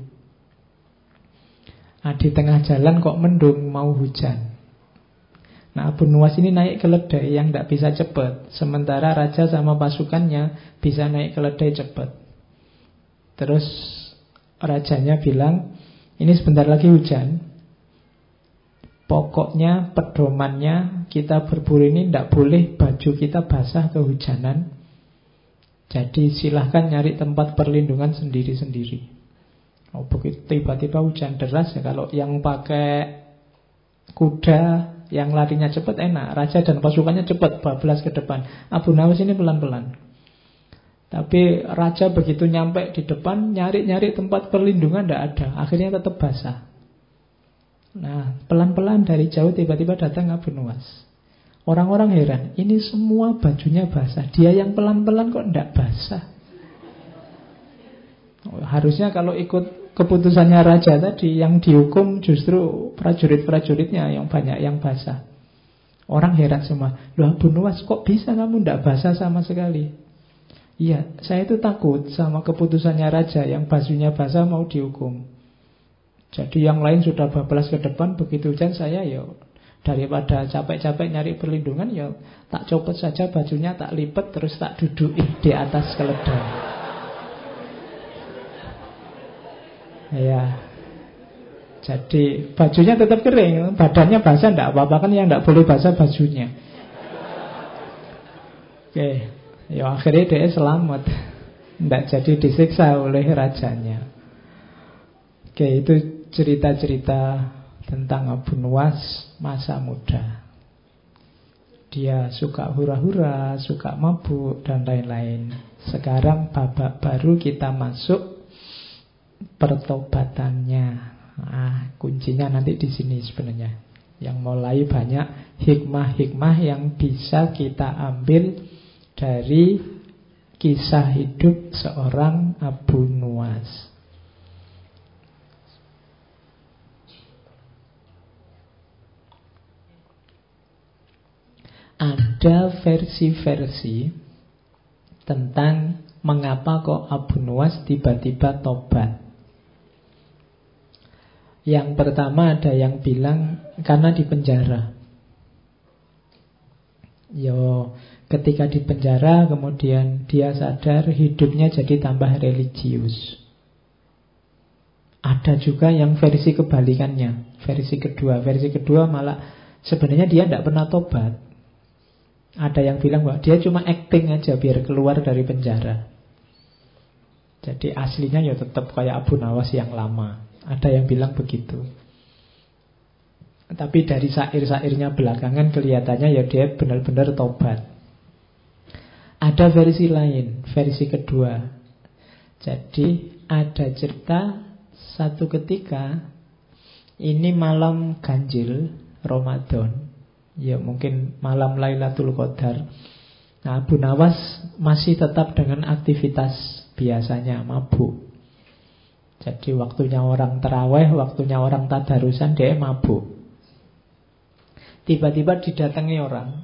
Nah, di tengah jalan kok mendung, mau hujan. Nah, Abu Nuwas ini naik keledai yang tidak bisa cepat, sementara raja sama pasukannya bisa naik keledai cepat. Terus rajanya bilang, ini sebentar lagi hujan, pokoknya pedomannya kita berburu ini tidak boleh baju kita basah kehujanan. Jadi silahkan nyari tempat perlindungan sendiri-sendiri. Oh, begitu tiba-tiba hujan deras ya, kalau yang pakai kuda yang larinya cepat enak, raja dan pasukannya cepat bablas ke depan. Abu Nawas ini pelan-pelan. Tapi raja begitu nyampe di depan, nyari-nyari tempat perlindungan tidak ada, akhirnya tetap basah. Nah, pelan-pelan dari jauh tiba-tiba datang Abu Nawas. Orang-orang heran, ini semua bajunya basah, dia yang pelan-pelan kok tidak basah. Oh, harusnya kalau ikut keputusannya raja tadi, yang dihukum justru prajurit-prajuritnya yang banyak yang basah. Orang heran semua, loh Abu Nawas kok bisa kamu tidak basah sama sekali? Iya, saya itu takut sama keputusannya raja, yang bajunya basah mau dihukum. Jadi yang lain sudah bablas ke depan, begitu hujan saya ya daripada capek-capek nyari perlindungan, ya tak copot saja bajunya, tak lipat, terus tak dudukin di atas keledai. Ya, jadi bajunya tetap kering, badannya basah tidak apa-apa, kan yang tidak boleh basah bajunya. Oke, ya akhirnya dia selamat, tidak jadi disiksa oleh rajanya. Oke, itu cerita-cerita tentang Abu Nawas masa muda. Dia suka hura-hura, suka mabuk, dan lain-lain. Sekarang babak baru kita masuk pertobatannya. Nah, kuncinya nanti di sini sebenarnya. Yang mulai banyak hikmah-hikmah yang bisa kita ambil dari kisah hidup seorang Abu Nawas. Ada versi-versi tentang mengapa kok Abu Nawas tiba-tiba tobat. Yang pertama ada yang bilang karena di penjara. Yo, ketika di penjara kemudian dia sadar hidupnya jadi tambah religius. Ada juga yang versi kebalikannya, versi kedua. Versi kedua malah sebenarnya dia tidak pernah tobat. Ada yang bilang bahwa dia cuma acting aja biar keluar dari penjara. Jadi aslinya ya tetap kayak Abu Nawas yang lama. Ada yang bilang begitu. Tapi dari syair-syairnya belakangan kelihatannya ya dia benar-benar tobat. Ada versi lain, versi kedua. Jadi ada cerita satu ketika ini malam ganjil Ramadan. Ya mungkin malam Lailatul Qadar. Nah, Abu Nawas masih tetap dengan aktivitas biasanya, mabuk. Jadi waktunya orang taraweh, waktunya orang tadarusan, dia mabuk. Tiba-tiba didatangi orang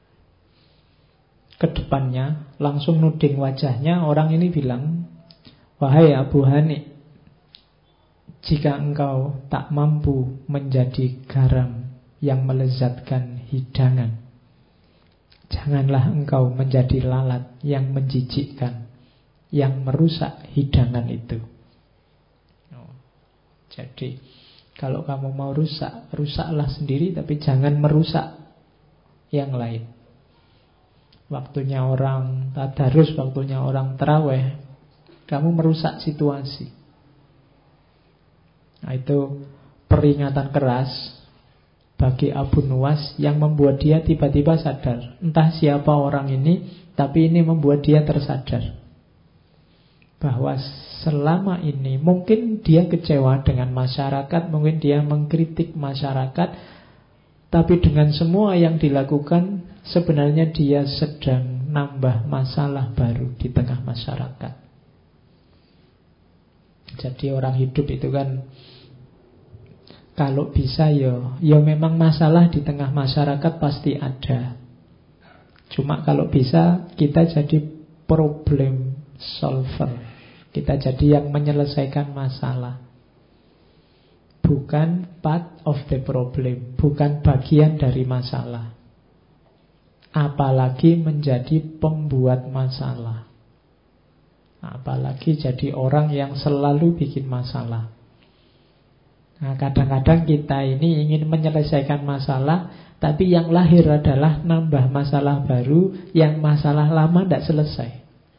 ke depannya, langsung nuding wajahnya. Orang ini bilang, wahai Abu Hani, jika engkau tak mampu menjadi garam yang melezatkan hidangan, janganlah engkau menjadi lalat yang menjijikkan, yang merusak hidangan itu. Oh, jadi kalau kamu mau rusak, rusaklah sendiri, tapi jangan merusak yang lain. Waktunya orang tadarus, waktunya orang taraweh, kamu merusak situasi. Nah, itu peringatan keras bagi Abu Nawas yang membuat dia tiba-tiba sadar. Entah siapa orang ini, tapi ini membuat dia tersadar bahwa selama ini mungkin dia kecewa dengan masyarakat, mungkin dia mengkritik masyarakat, tapi dengan semua yang dilakukan sebenarnya dia sedang nambah masalah baru di tengah masyarakat. Jadi orang hidup itu kan kalau bisa ya, ya memang masalah di tengah masyarakat pasti ada. Cuma kalau bisa kita jadi problem solver. Kita jadi yang menyelesaikan masalah, bukan part of the problem, bukan bagian dari masalah. Apalagi menjadi pembuat masalah. Apalagi jadi orang yang selalu bikin masalah. Nah, kadang-kadang kita ini ingin menyelesaikan masalah, tapi yang lahir adalah nambah masalah baru, yang masalah lama tidak selesai.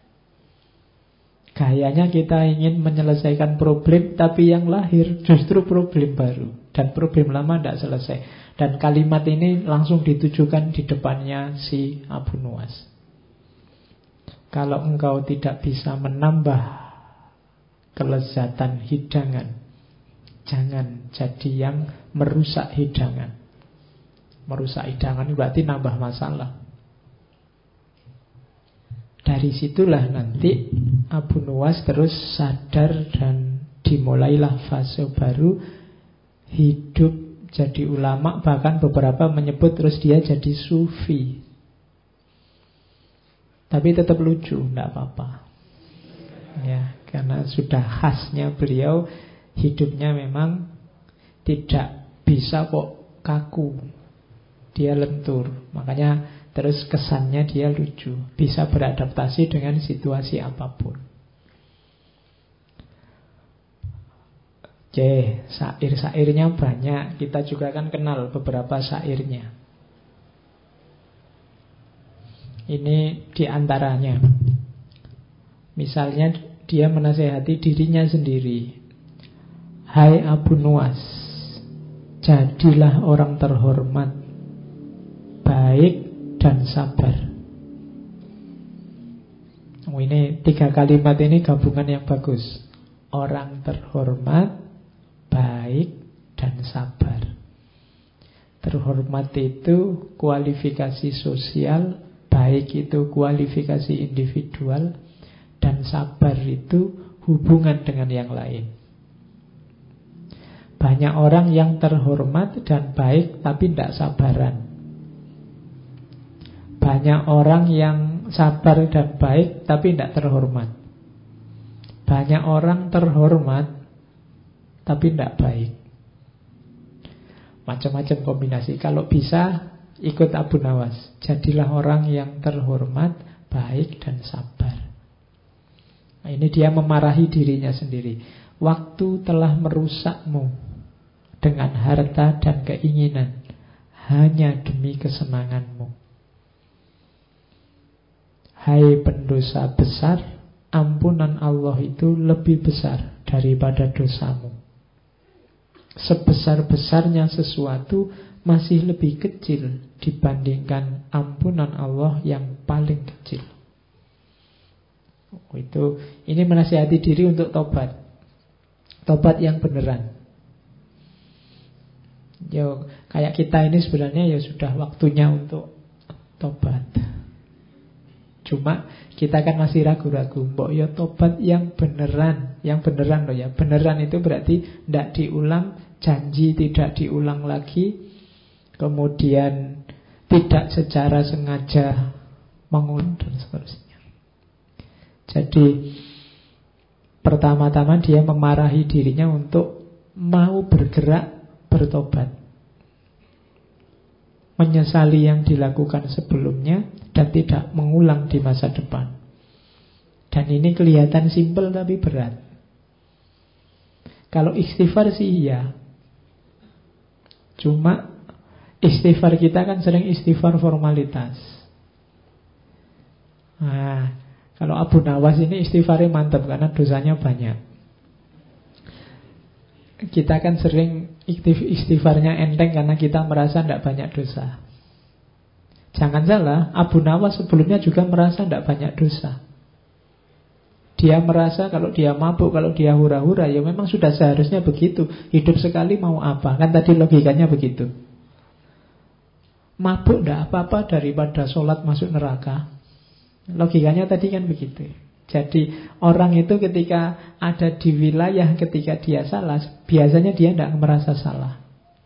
Gayanya kita ingin menyelesaikan problem, tapi yang lahir justru problem baru, dan problem lama tidak selesai. Dan kalimat ini langsung ditujukan di depannya si Abu Nuwas. Kalau engkau tidak bisa menambah kelezatan hidangan, jangan jadi yang merusak hidangan. Merusak hidangan berarti nambah masalah. Dari situlah nanti Abu Nuwas terus sadar dan dimulailah fase baru, hidup jadi ulama. Bahkan beberapa menyebut terus dia jadi sufi. Tapi tetap lucu, tidak apa-apa. Ya, karena sudah khasnya beliau, hidupnya memang tidak bisa kok kaku. Dia lentur. Makanya terus kesannya dia lucu, bisa beradaptasi dengan situasi apapun. Oke, syair-syairnya banyak. Kita juga kan kenal beberapa syairnya. Ini diantaranya. Misalnya dia menasehati dirinya sendiri. Hai Abu Nuwas, jadilah orang terhormat, baik dan sabar. Oh, ini tiga kalimat ini gabungan yang bagus. Orang terhormat, baik dan sabar. Terhormat itu kualifikasi sosial, baik itu kualifikasi individual, dan sabar itu hubungan dengan yang lain. Banyak orang yang terhormat dan baik tapi tidak sabaran. Banyak orang yang sabar dan baik tapi tidak terhormat. Banyak orang terhormat tapi tidak baik. Macam-macam kombinasi. Kalau bisa ikut Abu Nuwas, jadilah orang yang terhormat, baik dan sabar. Nah, ini dia memarahi dirinya sendiri. Waktu telah merusakmu dengan harta dan keinginan hanya demi kesenanganmu. Hai pendosa besar, ampunan Allah itu lebih besar daripada dosamu. Sebesar-besarnya sesuatu masih lebih kecil dibandingkan ampunan Allah yang paling kecil. Oh, itu ini menasihati diri untuk tobat. Tobat yang beneran. Yo, kayak kita ini sebenarnya ya sudah waktunya untuk tobat. Cuma kita kan masih ragu-ragu. Mbok ya tobat yang beneran. Yang beneran loh ya. Beneran itu berarti tidak diulang, janji tidak diulang lagi, kemudian tidak secara sengaja mengulang dan seterusnya. Jadi pertama-tama dia memarahi dirinya untuk mau bergerak bertobat, menyesali yang dilakukan sebelumnya dan tidak mengulang di masa depan. Dan ini kelihatan simpel tapi berat. Kalau istighfar sih iya. Cuma istighfar kita kan sering istighfar formalitas. Nah, kalau Abu Nuwas ini istighfarnya mantap karena dosanya banyak. Kita kan sering istighfarnya enteng karena kita merasa tidak banyak dosa. Jangan salah, Abu Nuwas sebelumnya juga merasa tidak banyak dosa. Dia merasa kalau dia mabuk, kalau dia hura-hura, ya memang sudah seharusnya begitu. Hidup sekali mau apa? Kan tadi logikanya begitu. Mabuk tidak apa-apa daripada sholat masuk neraka. Logikanya tadi kan begitu. Jadi orang itu ketika ada di wilayah, ketika dia salah, biasanya dia tidak merasa salah.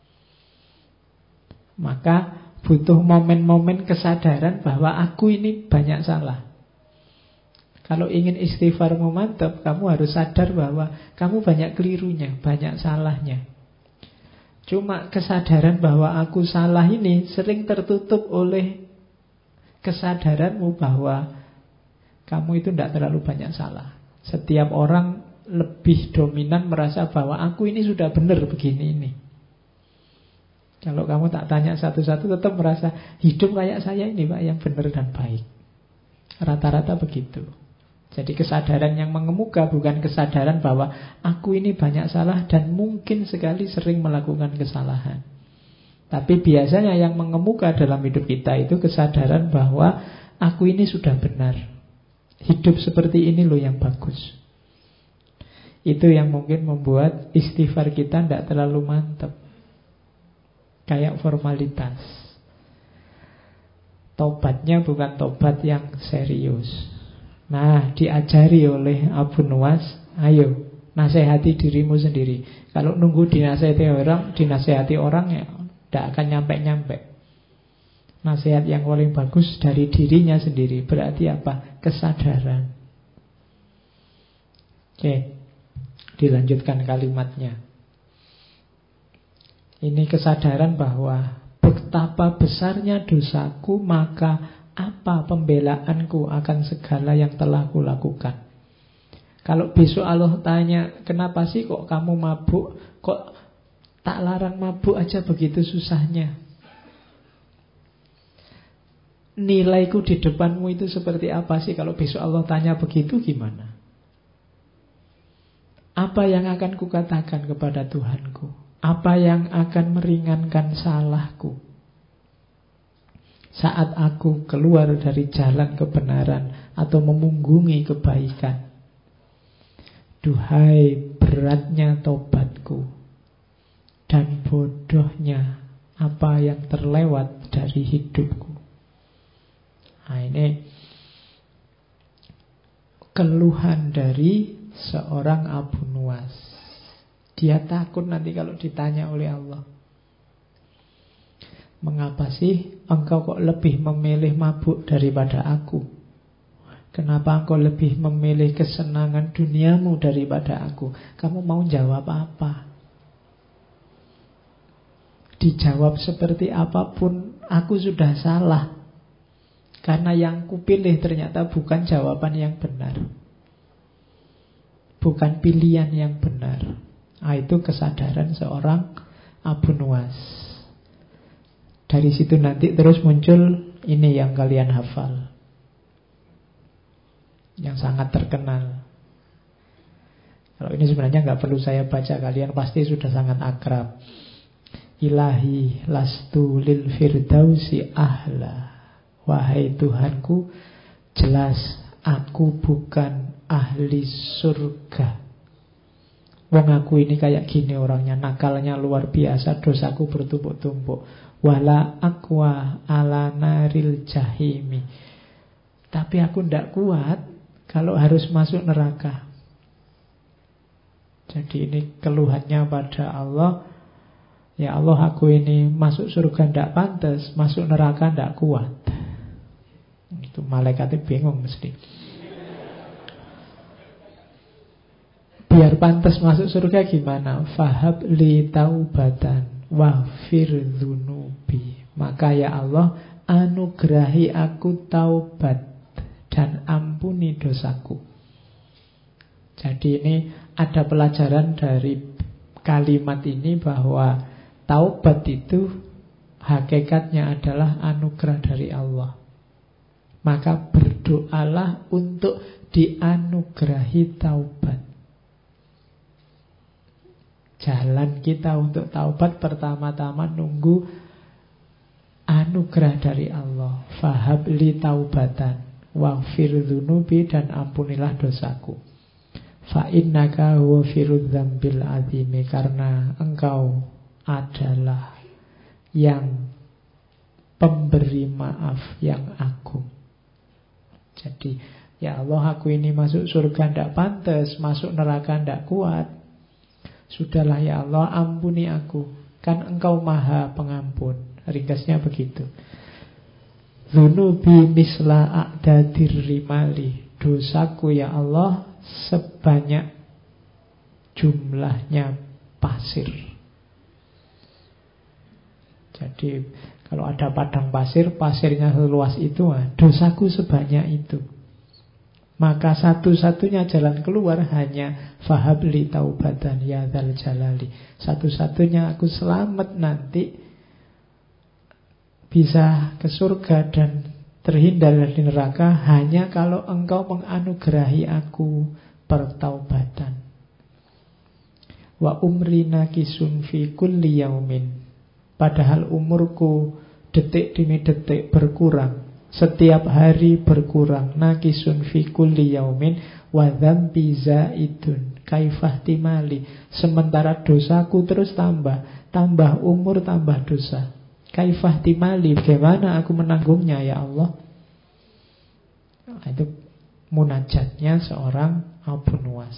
Maka butuh momen-momen kesadaran bahwa aku ini banyak salah. Kalau ingin istighfarmu mantap, kamu harus sadar bahwa kamu banyak kelirunya, banyak salahnya. Cuma kesadaran bahwa aku salah ini sering tertutup oleh kesadaranmu bahwa kamu itu tidak terlalu banyak salah. Setiap orang lebih dominan merasa bahwa aku ini sudah benar begini ini. Kalau kamu tak tanya satu-satu tetap merasa hidup kayak saya ini Pak yang benar dan baik. Rata-rata begitu. Jadi kesadaran yang mengemuka bukan kesadaran bahwa aku ini banyak salah dan mungkin sekali sering melakukan kesalahan. Tapi biasanya yang mengemuka dalam hidup kita itu kesadaran bahwa aku ini sudah benar. Hidup seperti ini loh yang bagus. Itu yang mungkin membuat istighfar kita tidak terlalu mantap. Kayak formalitas. Tobatnya bukan tobat yang serius. Nah, diajari oleh Abu Nuwas, ayo nasihati dirimu sendiri. Kalau nunggu dinasihati orang, dinasihati orang ya tidak akan nyampe-nyampe. Nasihat yang paling bagus dari dirinya sendiri. Berarti apa? Kesadaran. Oke, dilanjutkan kalimatnya. Ini kesadaran bahwa betapa besarnya dosaku, maka apa pembelaanku akan segala yang telah kulakukan. Kalau besok Allah tanya, kenapa sih kok kamu mabuk? Kok tak larang mabuk aja begitu susahnya? Nilaiku di depanmu itu seperti apa sih? Kalau besok Allah tanya begitu gimana? Apa yang akan kukatakan kepada Tuhanku? Apa yang akan meringankan salahku? Saat aku keluar dari jalan kebenaran atau memunggungi kebaikan. Duhai beratnya tobatku dan bodohnya apa yang terlewat dari hidupku. Nah, ini keluhan dari seorang Abu Nuwas. Dia takut nanti kalau ditanya oleh Allah, mengapa sih engkau kok lebih memilih mabuk daripada aku? Kenapa engkau lebih memilih kesenangan duniamu daripada aku? Kamu mau jawab apa? Dijawab seperti apapun, aku sudah salah. Karena yang kupilih ternyata bukan jawaban yang benar. Bukan pilihan yang benar. Nah, itu kesadaran seorang Abu Nuwas. Dari situ nanti terus muncul ini yang kalian hafal, yang sangat terkenal. Kalau ini sebenarnya nggak perlu saya baca, kalian pasti sudah sangat akrab. Ilahi lastu lil firdausi ahla. Wahai Tuhanku, jelas aku bukan ahli surga. Wong aku ini kayak gini orangnya, nakalnya luar biasa, dosaku bertumpuk-tumpuk. Wala aqwa ala naril jahimi. Tapi aku ndak kuat kalau harus masuk neraka. Jadi ini keluhannya pada Allah. Ya Allah, aku ini masuk surga ndak pantas, masuk neraka ndak kuat. Itu malaikatnya bingung mesti. Biar pantas masuk surga gimana? Fahab li taubatan waghfir dzunubi. Maka ya Allah, anugerahi aku taubat dan ampuni dosaku. Jadi ini ada pelajaran dari kalimat ini bahwa taubat itu hakikatnya adalah anugerah dari Allah. Maka berdoalah untuk dianugerahi taubat. Jalan kita untuk taubat pertama-tama nunggu anugerah dari Allah. Fahab li taubatan waghfir dzunubi, dan ampunilah dosaku. Fa innaka ghafirudz dzambil azimi, karena engkau adalah yang pemberi maaf yang agung. Jadi ya Allah, aku ini masuk surga ndak pantas, masuk neraka ndak kuat. Sudahlah ya Allah, ampuni aku, kan engkau maha pengampun. Ringkasnya begitu. Dzunubi misla a'dadir rimali. Dosaku ya Allah sebanyak jumlahnya pasir. Jadi kalau ada padang pasir, pasirnya seluas itu, dosaku sebanyak itu. Maka satu-satunya jalan keluar hanya fahabli taubatan ya dzal jalali. Satu-satunya aku selamat nanti bisa ke surga dan terhindar dari neraka hanya kalau engkau menganugerahi aku pertaubatan. Wa umri nakisun fi kulli yaumin. Padahal umurku detik demi detik berkurang, setiap hari berkurang. Nakisun fi kulli yaumin wa dzambi zaidun kaifah timali. Sementara dosaku terus tambah, tambah umur tambah dosa. Kaifah timali, bagaimana aku menanggungnya ya Allah? Nah, itu munajatnya seorang Abu Nuwas.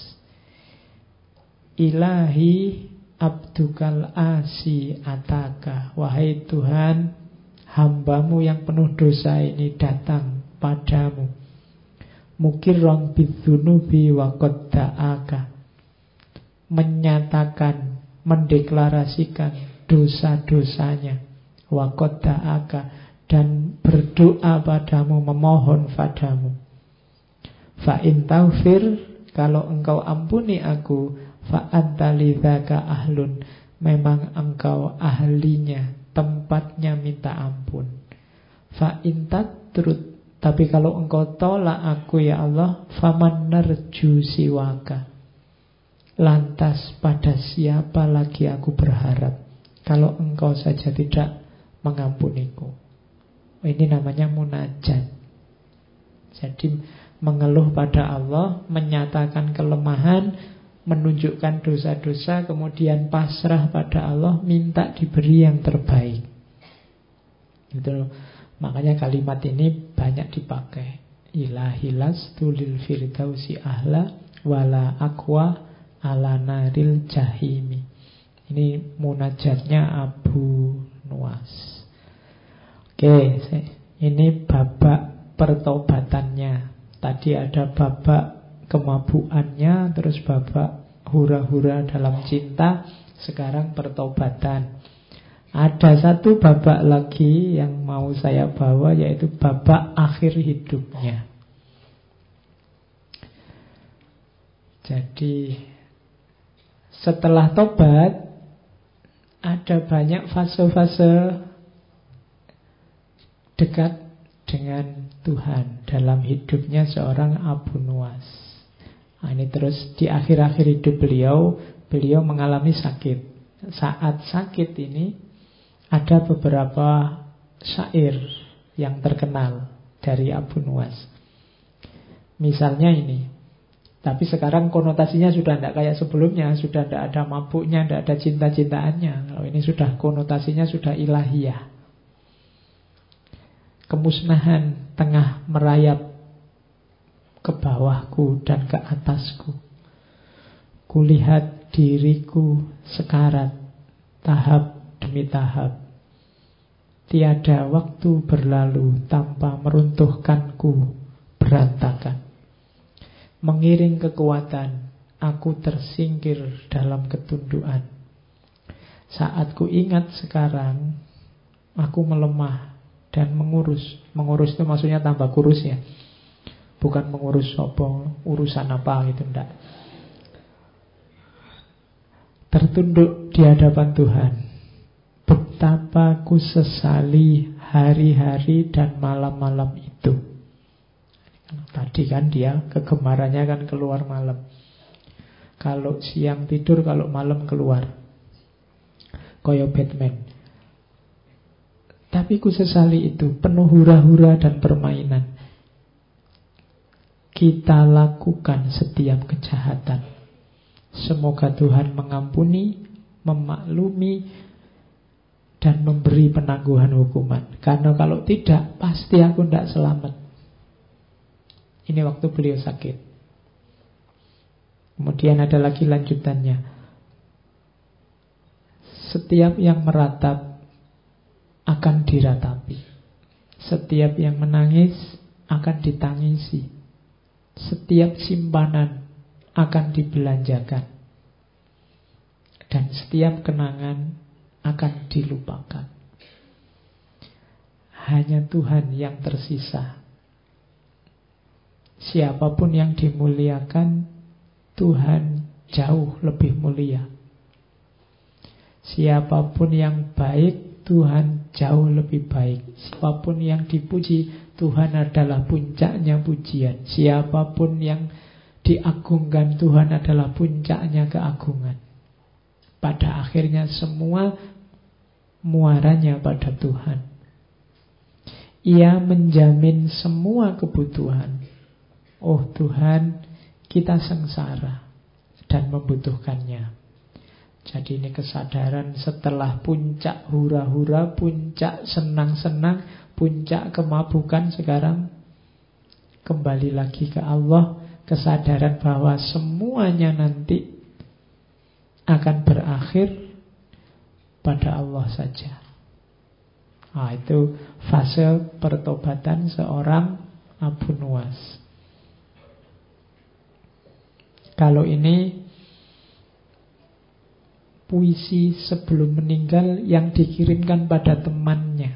Ilahi abdukal asi ataka. Wahai Tuhan, hambamu yang penuh dosa ini datang padamu. Mukirrong bidzunubi wa qad da'aka. Menyatakan, mendeklarasikan dosa-dosanya. Wa qad da'aka, dan berdoa padamu, memohon padamu. Fa in taghfir, kalau engkau ampuni aku, fa anta lidzaka ahlun, memang engkau ahlinya, tempatnya minta ampun. Fa in tatrud, tapi kalau engkau tolak aku ya Allah, faman narju siwaka, lantas pada siapa lagi aku berharap kalau engkau saja tidak mengampuniku. Ini namanya munajat. Jadi mengeluh pada Allah, menyatakan kelemahan, menunjukkan dosa-dosa, kemudian pasrah pada Allah, minta diberi yang terbaik. Gitu. Makanya kalimat ini banyak dipakai. Ilahilas tulil firdausi ahla wala aqwa ala naril jahimi. Ini munajatnya Abu Nuwas. Oke, ini babak pertobatannya. Tadi ada babak kemabuannya, terus babak hura-hura dalam cinta, sekarang pertobatan. Ada satu babak lagi yang mau saya bawa, yaitu babak akhir hidupnya. Jadi setelah tobat ada banyak fase-fase dekat dengan Tuhan dalam hidupnya seorang Abu Nuwas. Nah, ini terus di akhir-akhir hidup beliau, beliau mengalami sakit. Saat sakit ini ada beberapa syair yang terkenal dari Abu Nuwas. Misalnya ini, tapi sekarang konotasinya sudah tidak kayak sebelumnya, sudah tidak ada mabuknya, tidak ada cinta-cintaannya. Kalau ini sudah konotasinya sudah ilahiyah. Kemusnahan tengah merayap ke bawahku dan ke atasku. Kulihat diriku sekarat, tahap demi tahap. Tiada waktu berlalu tanpa meruntuhkanku berantakan. Mengiring kekuatan, aku tersingkir dalam ketundukan. Saat ku ingat sekarang, aku melemah dan mengurus. Mengurus itu maksudnya tambah kurus ya. Bukan mengurus sopo, urusan apa gitu, enggak. Tertunduk di hadapan Tuhan. Betapa ku sesali hari-hari dan malam-malam itu. Tadi kan dia kegemarannya kan keluar malam. Kalau siang tidur, kalau malam keluar. Koyo Batman. Tapi ku sesali itu, penuh hura-hura dan permainan. Kita lakukan setiap kejahatan. Semoga Tuhan mengampuni, memaklumi, dan memberi penangguhan hukuman. Karena kalau tidak, pasti aku tidak selamat. Ini waktu beliau sakit. Kemudian ada lagi lanjutannya. Setiap yang meratap akan diratapi. Setiap yang menangis akan ditangisi. Setiap simpanan akan dibelanjakan. Dan setiap kenangan akan dilupakan. Hanya Tuhan yang tersisa. Siapapun yang dimuliakan, Tuhan jauh lebih mulia. Siapapun yang baik, Tuhan jauh lebih baik. Siapapun yang dipuji, Tuhan adalah puncaknya pujian. Siapapun yang diagungkan, Tuhan adalah puncaknya keagungan. Pada akhirnya semua muaranya pada Tuhan. Ia menjamin semua kebutuhan. Oh Tuhan, kita sengsara dan membutuhkannya. Jadi ini kesadaran setelah puncak hura-hura, puncak senang-senang, puncak kemabukan, sekarang kembali lagi ke Allah. Kesadaran bahwa semuanya nanti akan berakhir pada Allah saja. Nah, itu fase pertobatan seorang Abu Nuwas. Kalau ini puisi sebelum meninggal yang dikirimkan pada temannya.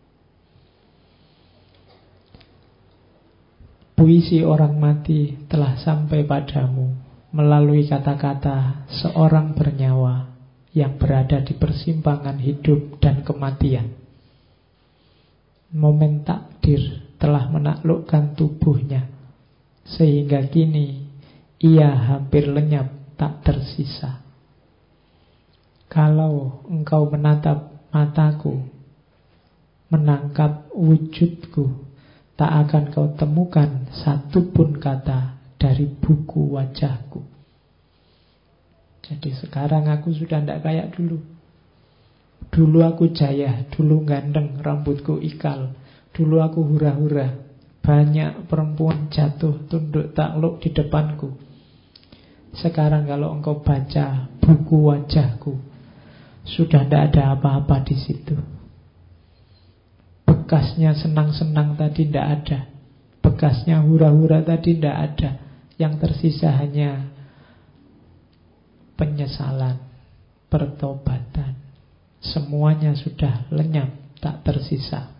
Puisi orang mati telah sampai padamu melalui kata-kata seorang bernyawa yang berada di persimpangan hidup dan kematian. Momen takdir telah menaklukkan tubuhnya, sehingga kini ia hampir lenyap tak tersisa. Kalau engkau menatap mataku, menangkap wujudku, tak akan kau temukan satupun kata dari buku wajahku. Jadi sekarang aku sudah tidak kayak dulu. Dulu aku jaya, dulu ganteng, rambutku ikal. Dulu aku hura-hura, banyak perempuan jatuh tunduk takluk di depanku. Sekarang kalau engkau baca buku wajahku, sudah tidak ada apa-apa di situ. Bekasnya senang-senang tadi tidak ada. Bekasnya hura-hura tadi tidak ada. Yang tersisa hanya penyesalan, pertobatan. Semuanya sudah lenyap, tak tersisa.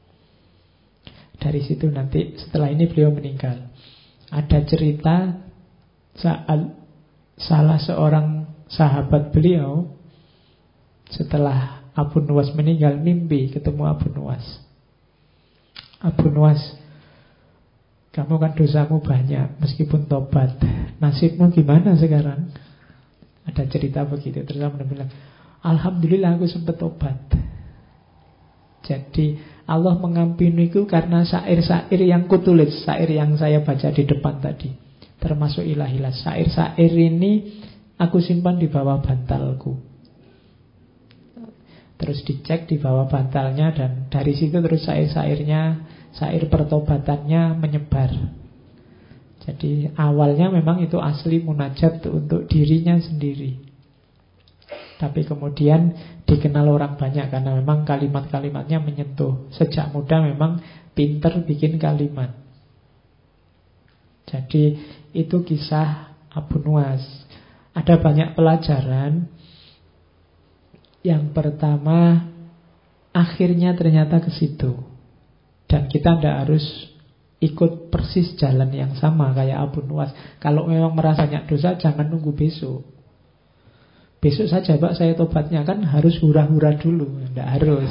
Dari situ nanti setelah ini beliau meninggal. Ada cerita saat salah seorang sahabat beliau setelah Abu Nuwas meninggal mimpi ketemu Abu Nuwas. Abu Nuwas, kamu kan dosamu banyak meskipun tobat, nasibmu gimana sekarang? Ada cerita begitu. Terus Abu Nuwas bilang, alhamdulillah aku sempat tobat. Jadi Allah mengampuniku karena syair-syair yang kutulis, syair yang saya baca di depan tadi, termasuk ilahilas. Syair-syair ini aku simpan di bawah bantalku. Terus dicek di bawah bantalnya, dan dari situ terus syair-syairnya, syair pertobatannya menyebar. Jadi awalnya memang itu asli munajat untuk dirinya sendiri, tapi kemudian dikenal orang banyak karena memang kalimat-kalimatnya menyentuh. Sejak muda memang pinter bikin kalimat. Jadi itu kisah Abu Nuwas. Ada banyak pelajaran. Yang pertama, akhirnya ternyata ke situ. Dan kita tidak harus ikut persis jalan yang sama kayak Abu Nuwas. Kalau memang merasa banyak dosa, jangan nunggu besok. Besok saja Pak saya tobatnya, kan harus hura-hura dulu. Tidak harus.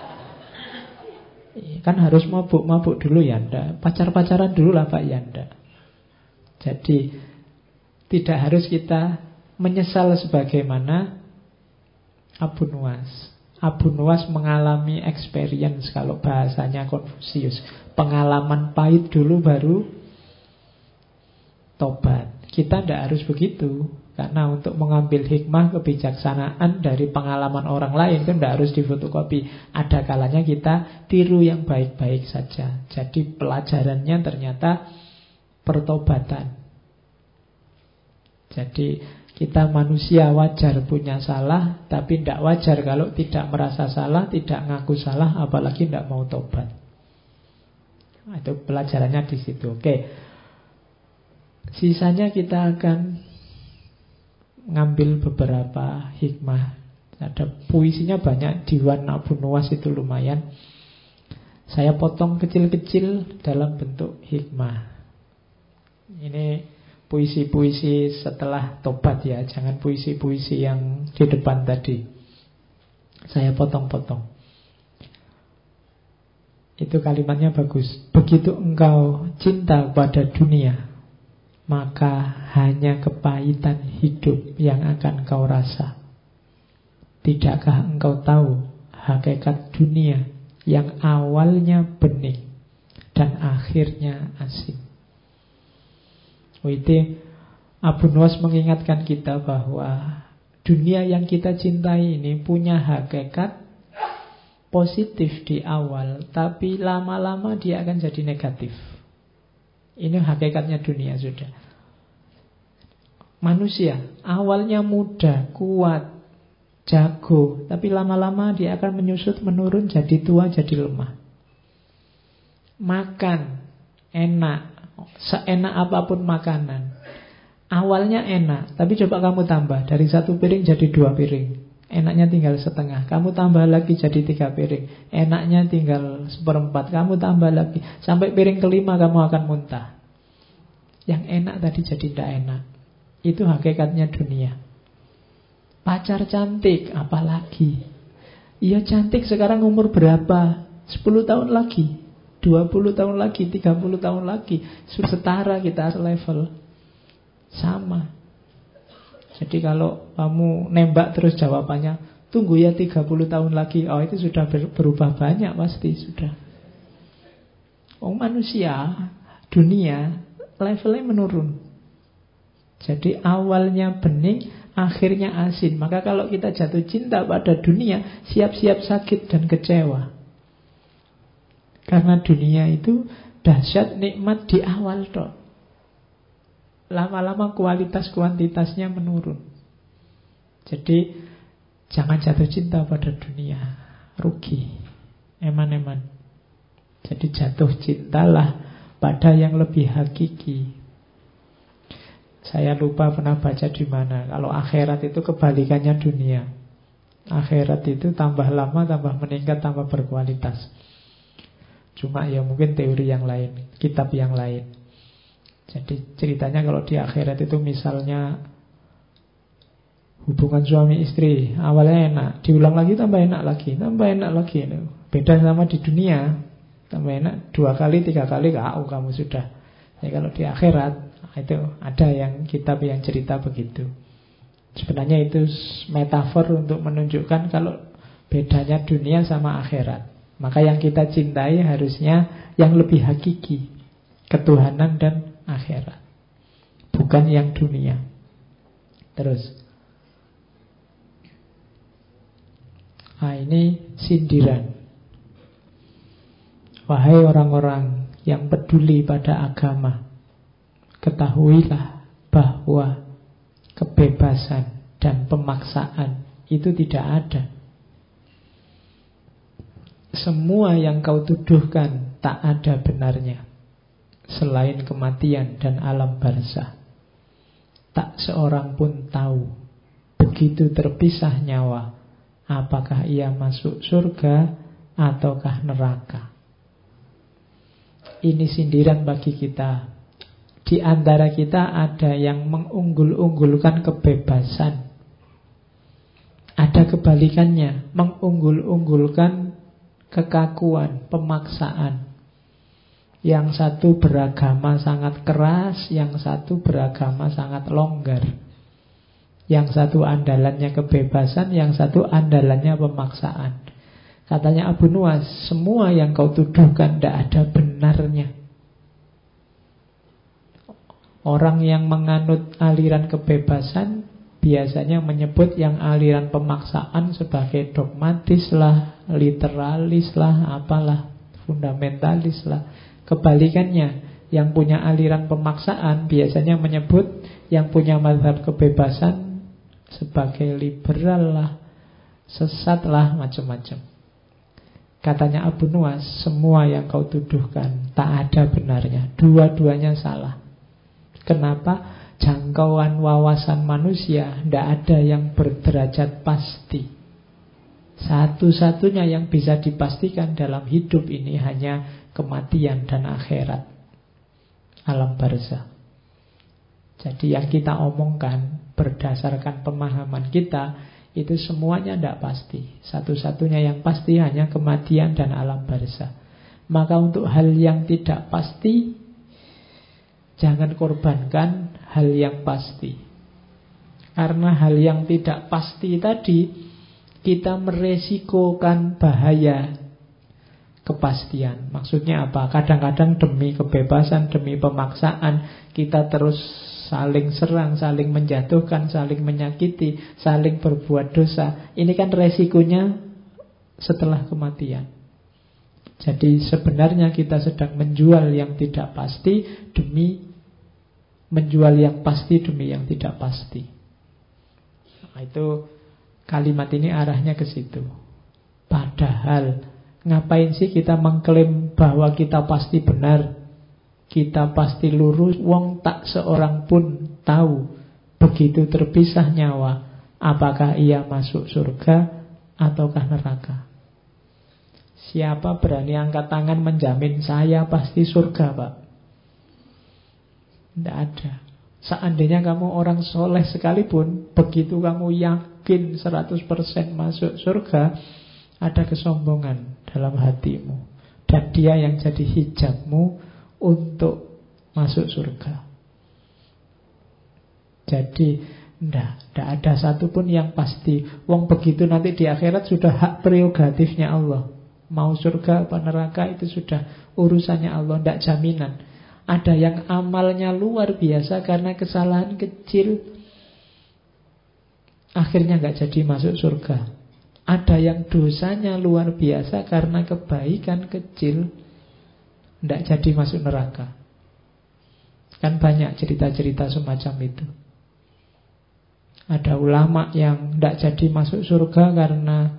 Kan harus mabuk-mabuk dulu ya ndak. Pacar-pacaran dulu lah Pak ya ndak. Jadi tidak harus kita menyesal sebagaimana Abu Nuwas. Abu Nuwas mengalami experience, kalau bahasanya Konfusius, pengalaman pahit dulu baru tobat. Kita tidak harus begitu, karena untuk mengambil hikmah kebijaksanaan dari pengalaman orang lain itu tidak harus difotokopi. Ada kalanya kita tiru yang baik-baik saja. Jadi pelajarannya ternyata pertobatan. Jadi kita manusia wajar punya salah, tapi tidak wajar kalau tidak merasa salah, tidak ngaku salah, apalagi tidak mau tobat. Nah, itu pelajarannya di situ. Oke. Sisanya kita akan ngambil beberapa hikmah. Ada puisinya banyak, Diwan Abu Nuwas itu lumayan. Saya potong kecil-kecil dalam bentuk hikmah. Ini puisi-puisi setelah tobat ya, jangan puisi-puisi yang di depan tadi. Saya potong-potong. Itu kalimatnya bagus. Begitu engkau cinta pada dunia, maka hanya kepahitan hidup yang akan kau rasa. Tidakkah engkau tahu hakikat dunia yang awalnya bening dan akhirnya asin? Itu Abu Nuwas mengingatkan kita bahwa dunia yang kita cintai ini punya hakikat positif di awal, tapi lama-lama dia akan jadi negatif. Ini hakikatnya dunia sudah. Manusia awalnya muda, kuat, jago, tapi lama-lama dia akan menyusut, menurun, jadi tua, jadi lemah. Makan enak, seenak apapun makanan, awalnya enak, tapi coba kamu tambah, dari satu piring jadi dua piring, enaknya tinggal setengah. Kamu tambah lagi jadi tiga piring, enaknya tinggal seperempat. Kamu tambah lagi, sampai piring kelima kamu akan muntah. Yang enak tadi jadi tidak enak. Itu hakikatnya dunia. Pacar cantik, apalagi? Iya cantik sekarang umur berapa? sepuluh tahun lagi, dua puluh tahun lagi, tiga puluh tahun lagi, setara kita selevel. Sama. Jadi kalau kamu nembak terus jawabannya tunggu ya tiga puluh tahun lagi, oh itu sudah berubah banyak pasti sudah. Oh manusia, dunia levelnya menurun. Jadi awalnya bening, akhirnya asin. Maka kalau kita jatuh cinta pada dunia, siap-siap sakit dan kecewa. Karena dunia itu dahsyat nikmat di awal toh. Lama-lama kualitas kuantitasnya menurun. Jadi jangan jatuh cinta pada dunia, rugi, eman-eman. Jadi jatuh cintalah pada yang lebih hakiki. Saya lupa pernah baca di mana. Kalau akhirat itu kebalikannya dunia. Akhirat itu tambah lama, tambah meningkat, tambah berkualitas. Cuma ya mungkin teori yang lain, kitab yang lain. Jadi ceritanya kalau di akhirat itu misalnya hubungan suami istri awalnya enak, diulang lagi tambah enak lagi, tambah enak lagi. Beda sama di dunia, tambah enak dua kali, tiga kali, kau kamu sudah. Jadi kalau di akhirat itu ada yang kitab yang cerita begitu. Sebenarnya itu metafor untuk menunjukkan kalau bedanya dunia sama akhirat. Maka yang kita cintai harusnya yang lebih hakiki, ketuhanan dan akhirat, bukan yang dunia. Terus, nah ini sindiran. Wahai orang-orang yang peduli pada agama, ketahuilah bahwa kebebasan dan pemaksaan itu tidak ada. Semua yang kau tuduhkan tak ada benarnya selain kematian dan alam barzah. Tak seorang pun tahu begitu terpisah nyawa, apakah ia masuk surga ataukah neraka. Ini sindiran bagi kita. Di antara kita ada yang mengunggul-unggulkan kebebasan, ada kebalikannya, mengunggul-unggulkan kekakuan, pemaksaan. Yang satu beragama sangat keras, yang satu beragama sangat longgar. Yang satu andalannya kebebasan, yang satu andalannya pemaksaan. Katanya Abu Nuwas, semua yang kau tuduhkan tidak ada benarnya. Orang yang menganut aliran kebebasan biasanya menyebut yang aliran pemaksaan sebagai dogmatis lah, literalis lah, apalah, fundamentalis lah. Kebalikannya, yang punya aliran pemaksaan biasanya menyebut yang punya mazhab kebebasan sebagai liberal lah, sesat lah, macam-macam. Katanya Abu Nuwas, semua yang kau tuduhkan tak ada benarnya, dua-duanya salah. Kenapa? Jangkauan wawasan manusia tidak ada yang berderajat pasti. Satu-satunya yang bisa dipastikan dalam hidup ini hanya kematian dan akhirat, alam barzah. Jadi yang kita omongkan berdasarkan pemahaman kita, itu semuanya tidak pasti. Satu-satunya yang pasti hanya kematian dan alam barzakh. Maka untuk hal yang tidak pasti, jangan korbankan hal yang pasti. Karena hal yang tidak pasti tadi, kita meresikokan bahaya kepastian. Maksudnya apa? Kadang-kadang demi kebebasan, demi pemaksaan, kita terus saling serang, saling menjatuhkan, saling menyakiti, saling berbuat dosa. Ini kan resikonya setelah kematian. Jadi sebenarnya kita sedang menjual yang tidak pasti demi menjual yang pasti demi yang tidak pasti. Nah, itu kalimat ini arahnya ke situ. Padahal ngapain sih kita mengklaim bahwa kita pasti benar, kita pasti lurus? Wong tak seorang pun tahu begitu terpisah nyawa, apakah ia masuk surga ataukah neraka. Siapa berani angkat tangan menjamin saya pasti surga, Pak? Tidak ada. Seandainya kamu orang soleh sekalipun, begitu kamu yakin seratus persen masuk surga, ada kesombongan dalam hatimu. Dan dia yang jadi hijabmu untuk masuk surga. Jadi tidak ada satupun yang pasti. Wong begitu nanti di akhirat sudah hak prerogatifnya Allah. Mau surga apa neraka itu sudah urusannya Allah, tidak jaminan. Ada yang amalnya luar biasa karena kesalahan kecil, akhirnya nggak jadi masuk surga. Ada yang dosanya luar biasa karena kebaikan kecil, tidak jadi masuk neraka. Kan banyak cerita-cerita semacam itu. Ada ulama yang tidak jadi masuk surga karena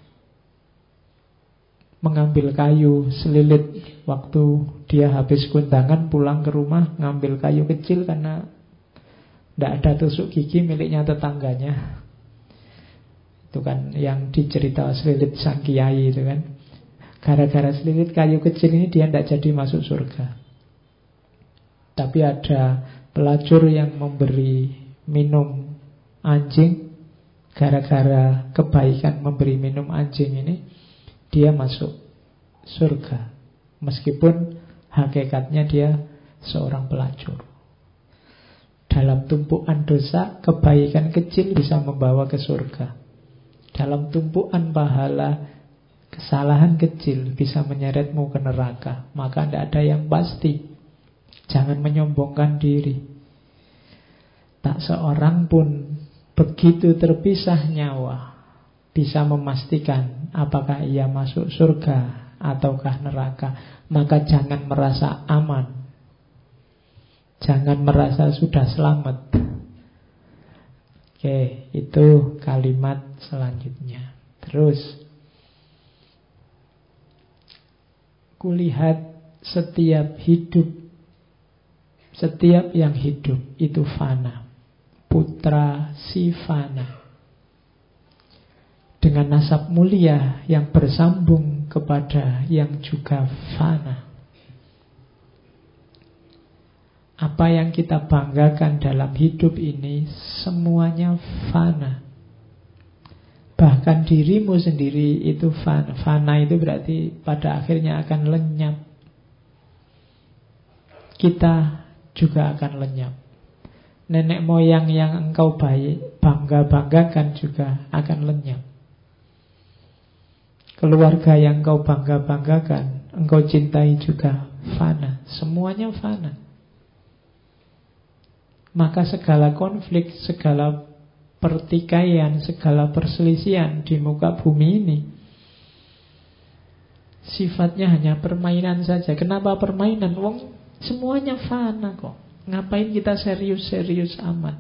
mengambil kayu selilit waktu dia habis kundangan, pulang ke rumah ngambil kayu kecil karena tidak ada tusuk gigi miliknya tetangganya. Itu kan yang dicerita selilit sang kiai itu kan. Gara-gara selilit kayu kecil ini dia tidak jadi masuk surga. Tapi ada pelacur yang memberi minum anjing, gara-gara kebaikan memberi minum anjing ini, dia masuk surga. Meskipun hakikatnya dia seorang pelacur. Dalam tumpuan dosa, kebaikan kecil bisa membawa ke surga. Dalam tumpuan pahala, kesalahan kecil bisa menyeretmu ke neraka. Maka tidak ada yang pasti. Jangan menyombongkan diri. Tak seorang pun begitu terpisah nyawa bisa memastikan apakah ia masuk surga ataukah neraka. Maka jangan merasa aman, jangan merasa sudah selamat. Oke, itu kalimat selanjutnya. Terus, kulihat setiap hidup, setiap yang hidup itu fana. Putra si fana, dengan nasab mulia yang bersambung kepada yang juga fana. Apa yang kita banggakan dalam hidup ini semuanya fana. Bahkan dirimu sendiri itu fana. Fana itu berarti pada akhirnya akan lenyap. Kita juga akan lenyap. Nenek moyang yang engkau baik bangga-banggakan juga akan lenyap. Keluarga yang engkau bangga-banggakan, engkau cintai juga fana. Semuanya fana. Maka segala konflik, segala pertikaian, segala perselisihan di muka bumi ini sifatnya hanya permainan saja. Kenapa permainan? Wong semuanya fana kok. Ngapain kita serius-serius amat?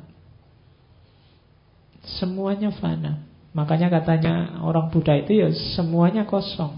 Semuanya fana. Makanya katanya orang Buddha itu ya semuanya kosong.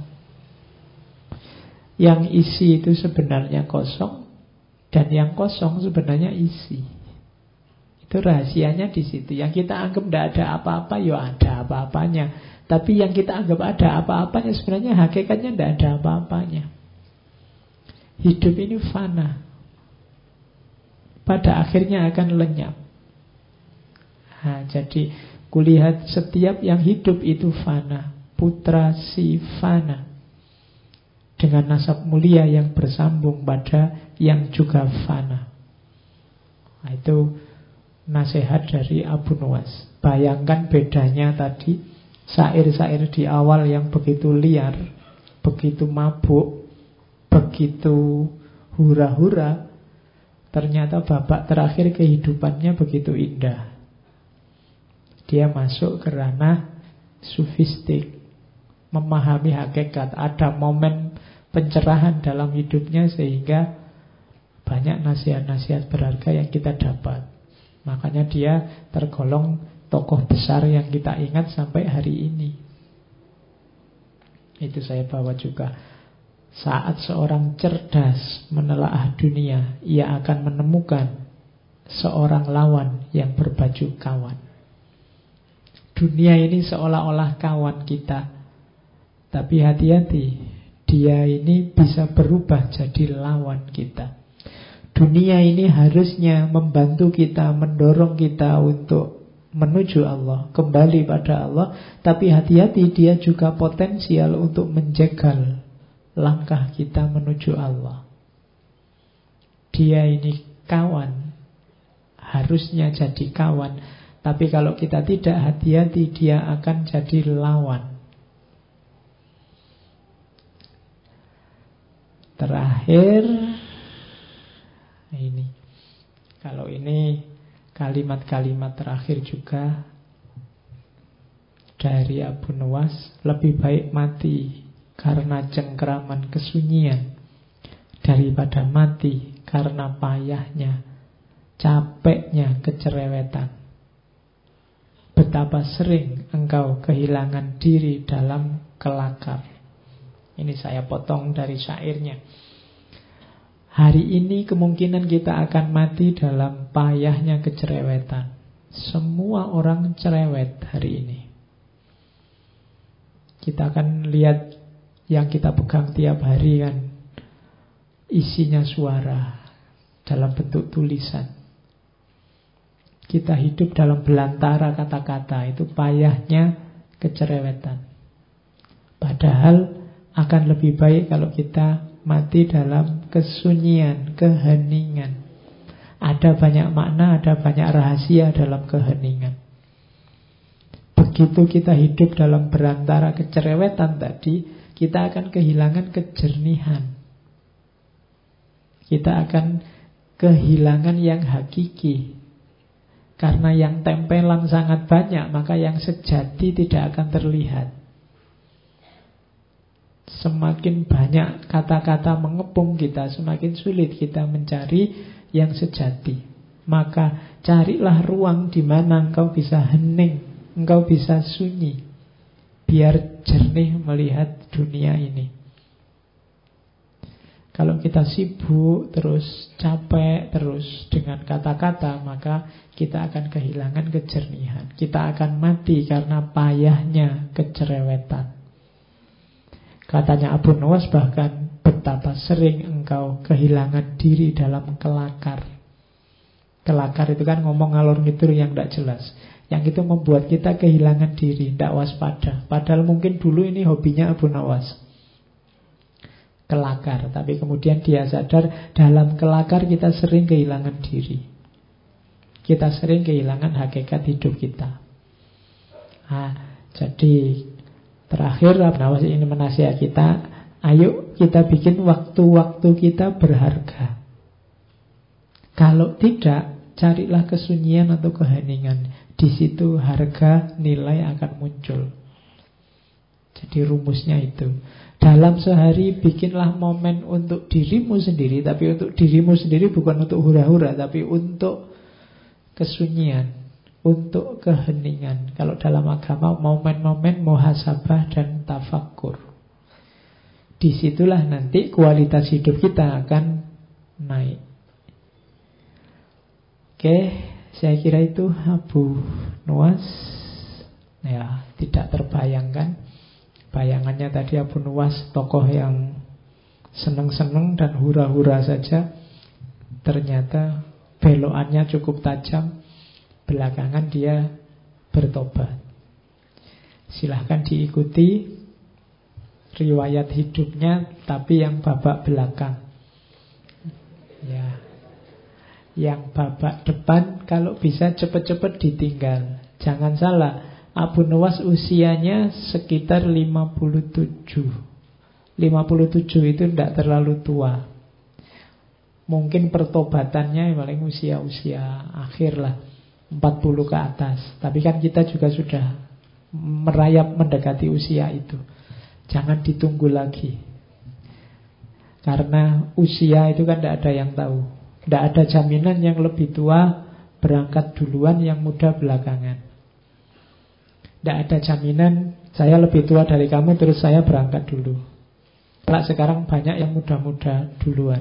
Yang isi itu sebenarnya kosong, dan yang kosong sebenarnya isi. Itu rahasianya di situ. Yang kita anggap tidak ada apa-apa, ya ada apa-apanya. Tapi yang kita anggap ada apa-apanya sebenarnya hakikatnya tidak ada apa-apanya. Hidup ini fana. pada akhirnya akan lenyap. Nah, jadi kulihat setiap yang hidup itu fana. Putra si fana, dengan nasab mulia yang bersambung pada yang juga fana. Nah, itu nasihat dari Abu Nuwas. Bayangkan bedanya tadi, syair-syair di awal yang begitu liar, begitu mabuk, begitu hura-hura, ternyata babak terakhir kehidupannya begitu indah. Dia masuk ke ranah sufistik, memahami hakikat. Ada momen pencerahan dalam hidupnya sehingga banyak nasihat-nasihat berharga yang kita dapat. Makanya dia tergolong tokoh besar yang kita ingat sampai hari ini. Itu saya bawa juga. Saat seorang cerdas menelaah dunia, ia akan menemukan seorang lawan yang berbaju kawan. Dunia ini seolah-olah kawan kita, tapi hati-hati, dia ini bisa berubah jadi lawan kita. Dunia ini harusnya membantu kita, mendorong kita untuk menuju Allah, kembali pada Allah. Tapi hati-hati, dia juga potensial untuk menjegal langkah kita menuju Allah. Dia ini kawan, harusnya jadi kawan, tapi kalau kita tidak hati-hati, dia akan jadi lawan. Terakhir, ini, kalau ini kalimat-kalimat terakhir juga dari Abu Nuwas. Lebih baik mati karena cengkeraman kesunyian daripada mati karena payahnya, capeknya kecerewetan. Betapa sering engkau kehilangan diri dalam kelakar. Ini saya potong dari syairnya. Hari ini kemungkinan kita akan mati dalam payahnya kecerewetan. Semua orang cerewet hari ini. Kita akan lihat yang kita pegang tiap hari kan, isinya suara dalam bentuk tulisan. Kita hidup dalam belantara kata-kata, itu payahnya kecerewetan. Padahal akan lebih baik kalau kita mati dalam kesunyian, keheningan. Ada banyak makna, ada banyak rahasia dalam keheningan. Begitu kita hidup dalam belantara kecerewetan tadi, kita akan kehilangan kejernihan. Kita akan kehilangan yang hakiki. Karena yang tempelan sangat banyak, maka yang sejati tidak akan terlihat. Semakin banyak kata-kata mengepung kita, semakin sulit kita mencari yang sejati. Maka carilah ruang di mana engkau bisa hening, engkau bisa sunyi, biar jernih melihat dunia ini. Kalau kita sibuk terus, capek terus dengan kata-kata, maka kita akan kehilangan kejernihan. Kita akan mati karena payahnya kecerewetan. Katanya Abu Nuwas bahkan, betapa sering engkau kehilangan diri dalam kelakar. Kelakar itu kan ngomong ngalor ngidul yang tidak jelas. Yang itu membuat kita kehilangan diri, tidak waspada. Padahal mungkin dulu ini hobinya Abu Nuwas, kelakar. Tapi kemudian dia sadar, dalam kelakar kita sering kehilangan diri. Kita sering kehilangan hakikat hidup kita. Nah, jadi terakhir Abu Nuwas ini menasihat kita, ayo kita bikin waktu-waktu kita berharga. Kalau tidak, carilah kesunyian atau keheningan. Di situ harga nilai akan muncul. Jadi rumusnya itu, dalam sehari bikinlah momen untuk dirimu sendiri. Tapi untuk dirimu sendiri bukan untuk hura-hura, tapi untuk kesunyian, untuk keheningan. Kalau dalam agama, momen-momen muhasabah dan tafakkur. Disitulah nanti kualitas hidup kita akan naik. Oke, saya kira itu Abu Nuwas. Ya, tidak terbayangkan. Bayangannya tadi Abu Nuwas tokoh yang seneng-seneng dan hura-hura saja. Ternyata belokannya cukup tajam. Belakangan dia bertobat. Silahkan diikuti riwayat hidupnya, tapi yang babak belakang. Ya, yang babak depan kalau bisa cepat-cepat ditinggal. Jangan salah, Abu Nuwas usianya sekitar lima puluh tujuh. lima puluh tujuh itu tidak terlalu tua. Mungkin pertobatannya paling usia-usia akhir lah, empat puluh ke atas. Tapi kan kita juga sudah merayap mendekati usia itu. Jangan ditunggu lagi. Karena usia itu kan tidak ada yang tahu. Tidak ada jaminan yang lebih tua berangkat duluan, yang muda belakangan. Tidak ada jaminan saya lebih tua dari kamu terus saya berangkat dulu. Kalau sekarang banyak yang muda-muda duluan.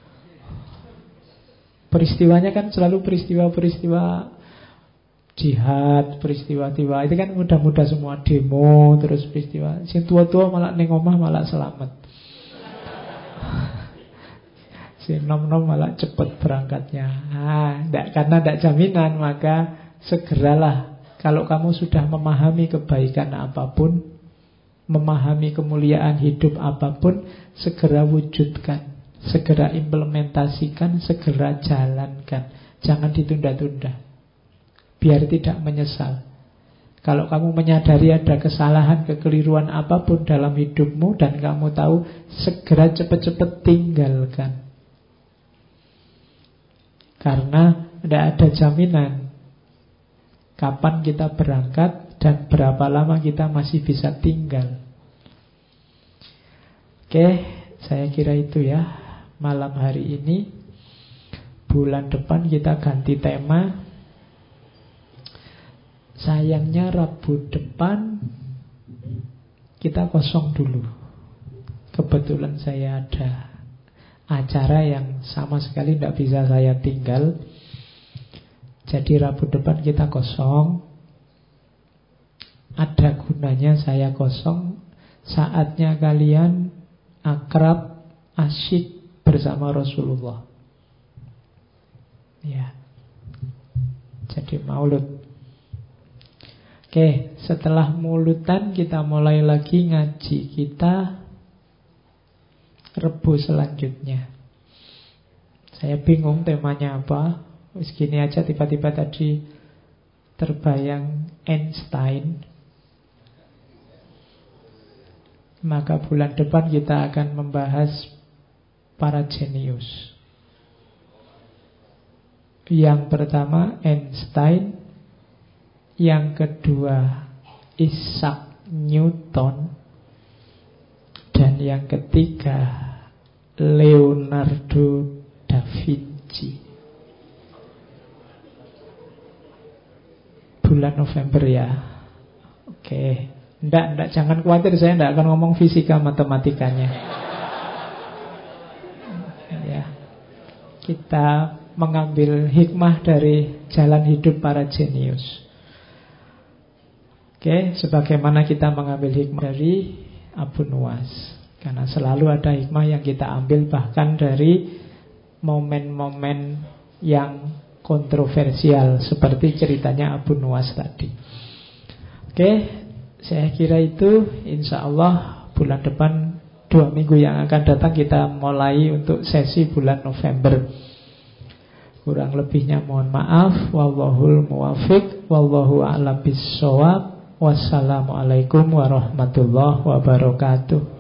Peristiwanya kan selalu peristiwa-peristiwa jihad, peristiwa-tiwa itu kan muda-muda semua, demo, terus peristiwa. Si tua-tua malah neng omah malah selamat. Si nom-nom malah cepat berangkatnya. Nah, enggak, karena tidak jaminan, maka segeralah. Kalau kamu sudah memahami kebaikan apapun, memahami kemuliaan hidup apapun, segera wujudkan, segera implementasikan, segera jalankan. Jangan ditunda-tunda, biar tidak menyesal. Kalau kamu menyadari ada kesalahan, kekeliruan apapun dalam hidupmu dan kamu tahu, segera cepat-cepat tinggalkan. Karena tidak ada jaminan kapan kita berangkat dan berapa lama kita masih bisa tinggal. Oke, saya kira itu ya malam hari ini. Bulan depan kita ganti tema. Sayangnya Rabu depan kita kosong dulu. Kebetulan saya ada acara yang sama sekali tidak bisa saya tinggal. Jadi Rabu depan kita kosong. Ada gunanya saya kosong. Saatnya kalian akrab, asyik bersama Rasulullah. Ya. Jadi maulud. Oke, setelah mulutan kita mulai lagi ngaji kita Rebu selanjutnya. Saya bingung temanya apa. Wis gini aja tiba-tiba tadi terbayang Einstein. Maka bulan depan kita akan membahas para jenius. Yang pertama Einstein, yang kedua Isaac Newton, dan yang ketiga Leonardo da Vinci. Bulan November ya. Oke. Nggak, nggak, jangan khawatir, saya nggak akan ngomong fisika matematikanya. Ya. Kita mengambil hikmah dari jalan hidup para jenius. Oke, sebagaimana kita mengambil hikmah dari Abu Nuwas. Karena selalu ada hikmah yang kita ambil bahkan dari momen-momen yang kontroversial seperti ceritanya Abu Nuwas tadi. Oke, saya kira itu. Insya Allah bulan depan, dua minggu yang akan datang kita mulai untuk sesi bulan November. Kurang lebihnya mohon maaf. Wallahul muwafiq, wallahu a'lam bissawab. Wassalamualaikum warahmatullahi wabarakatuh.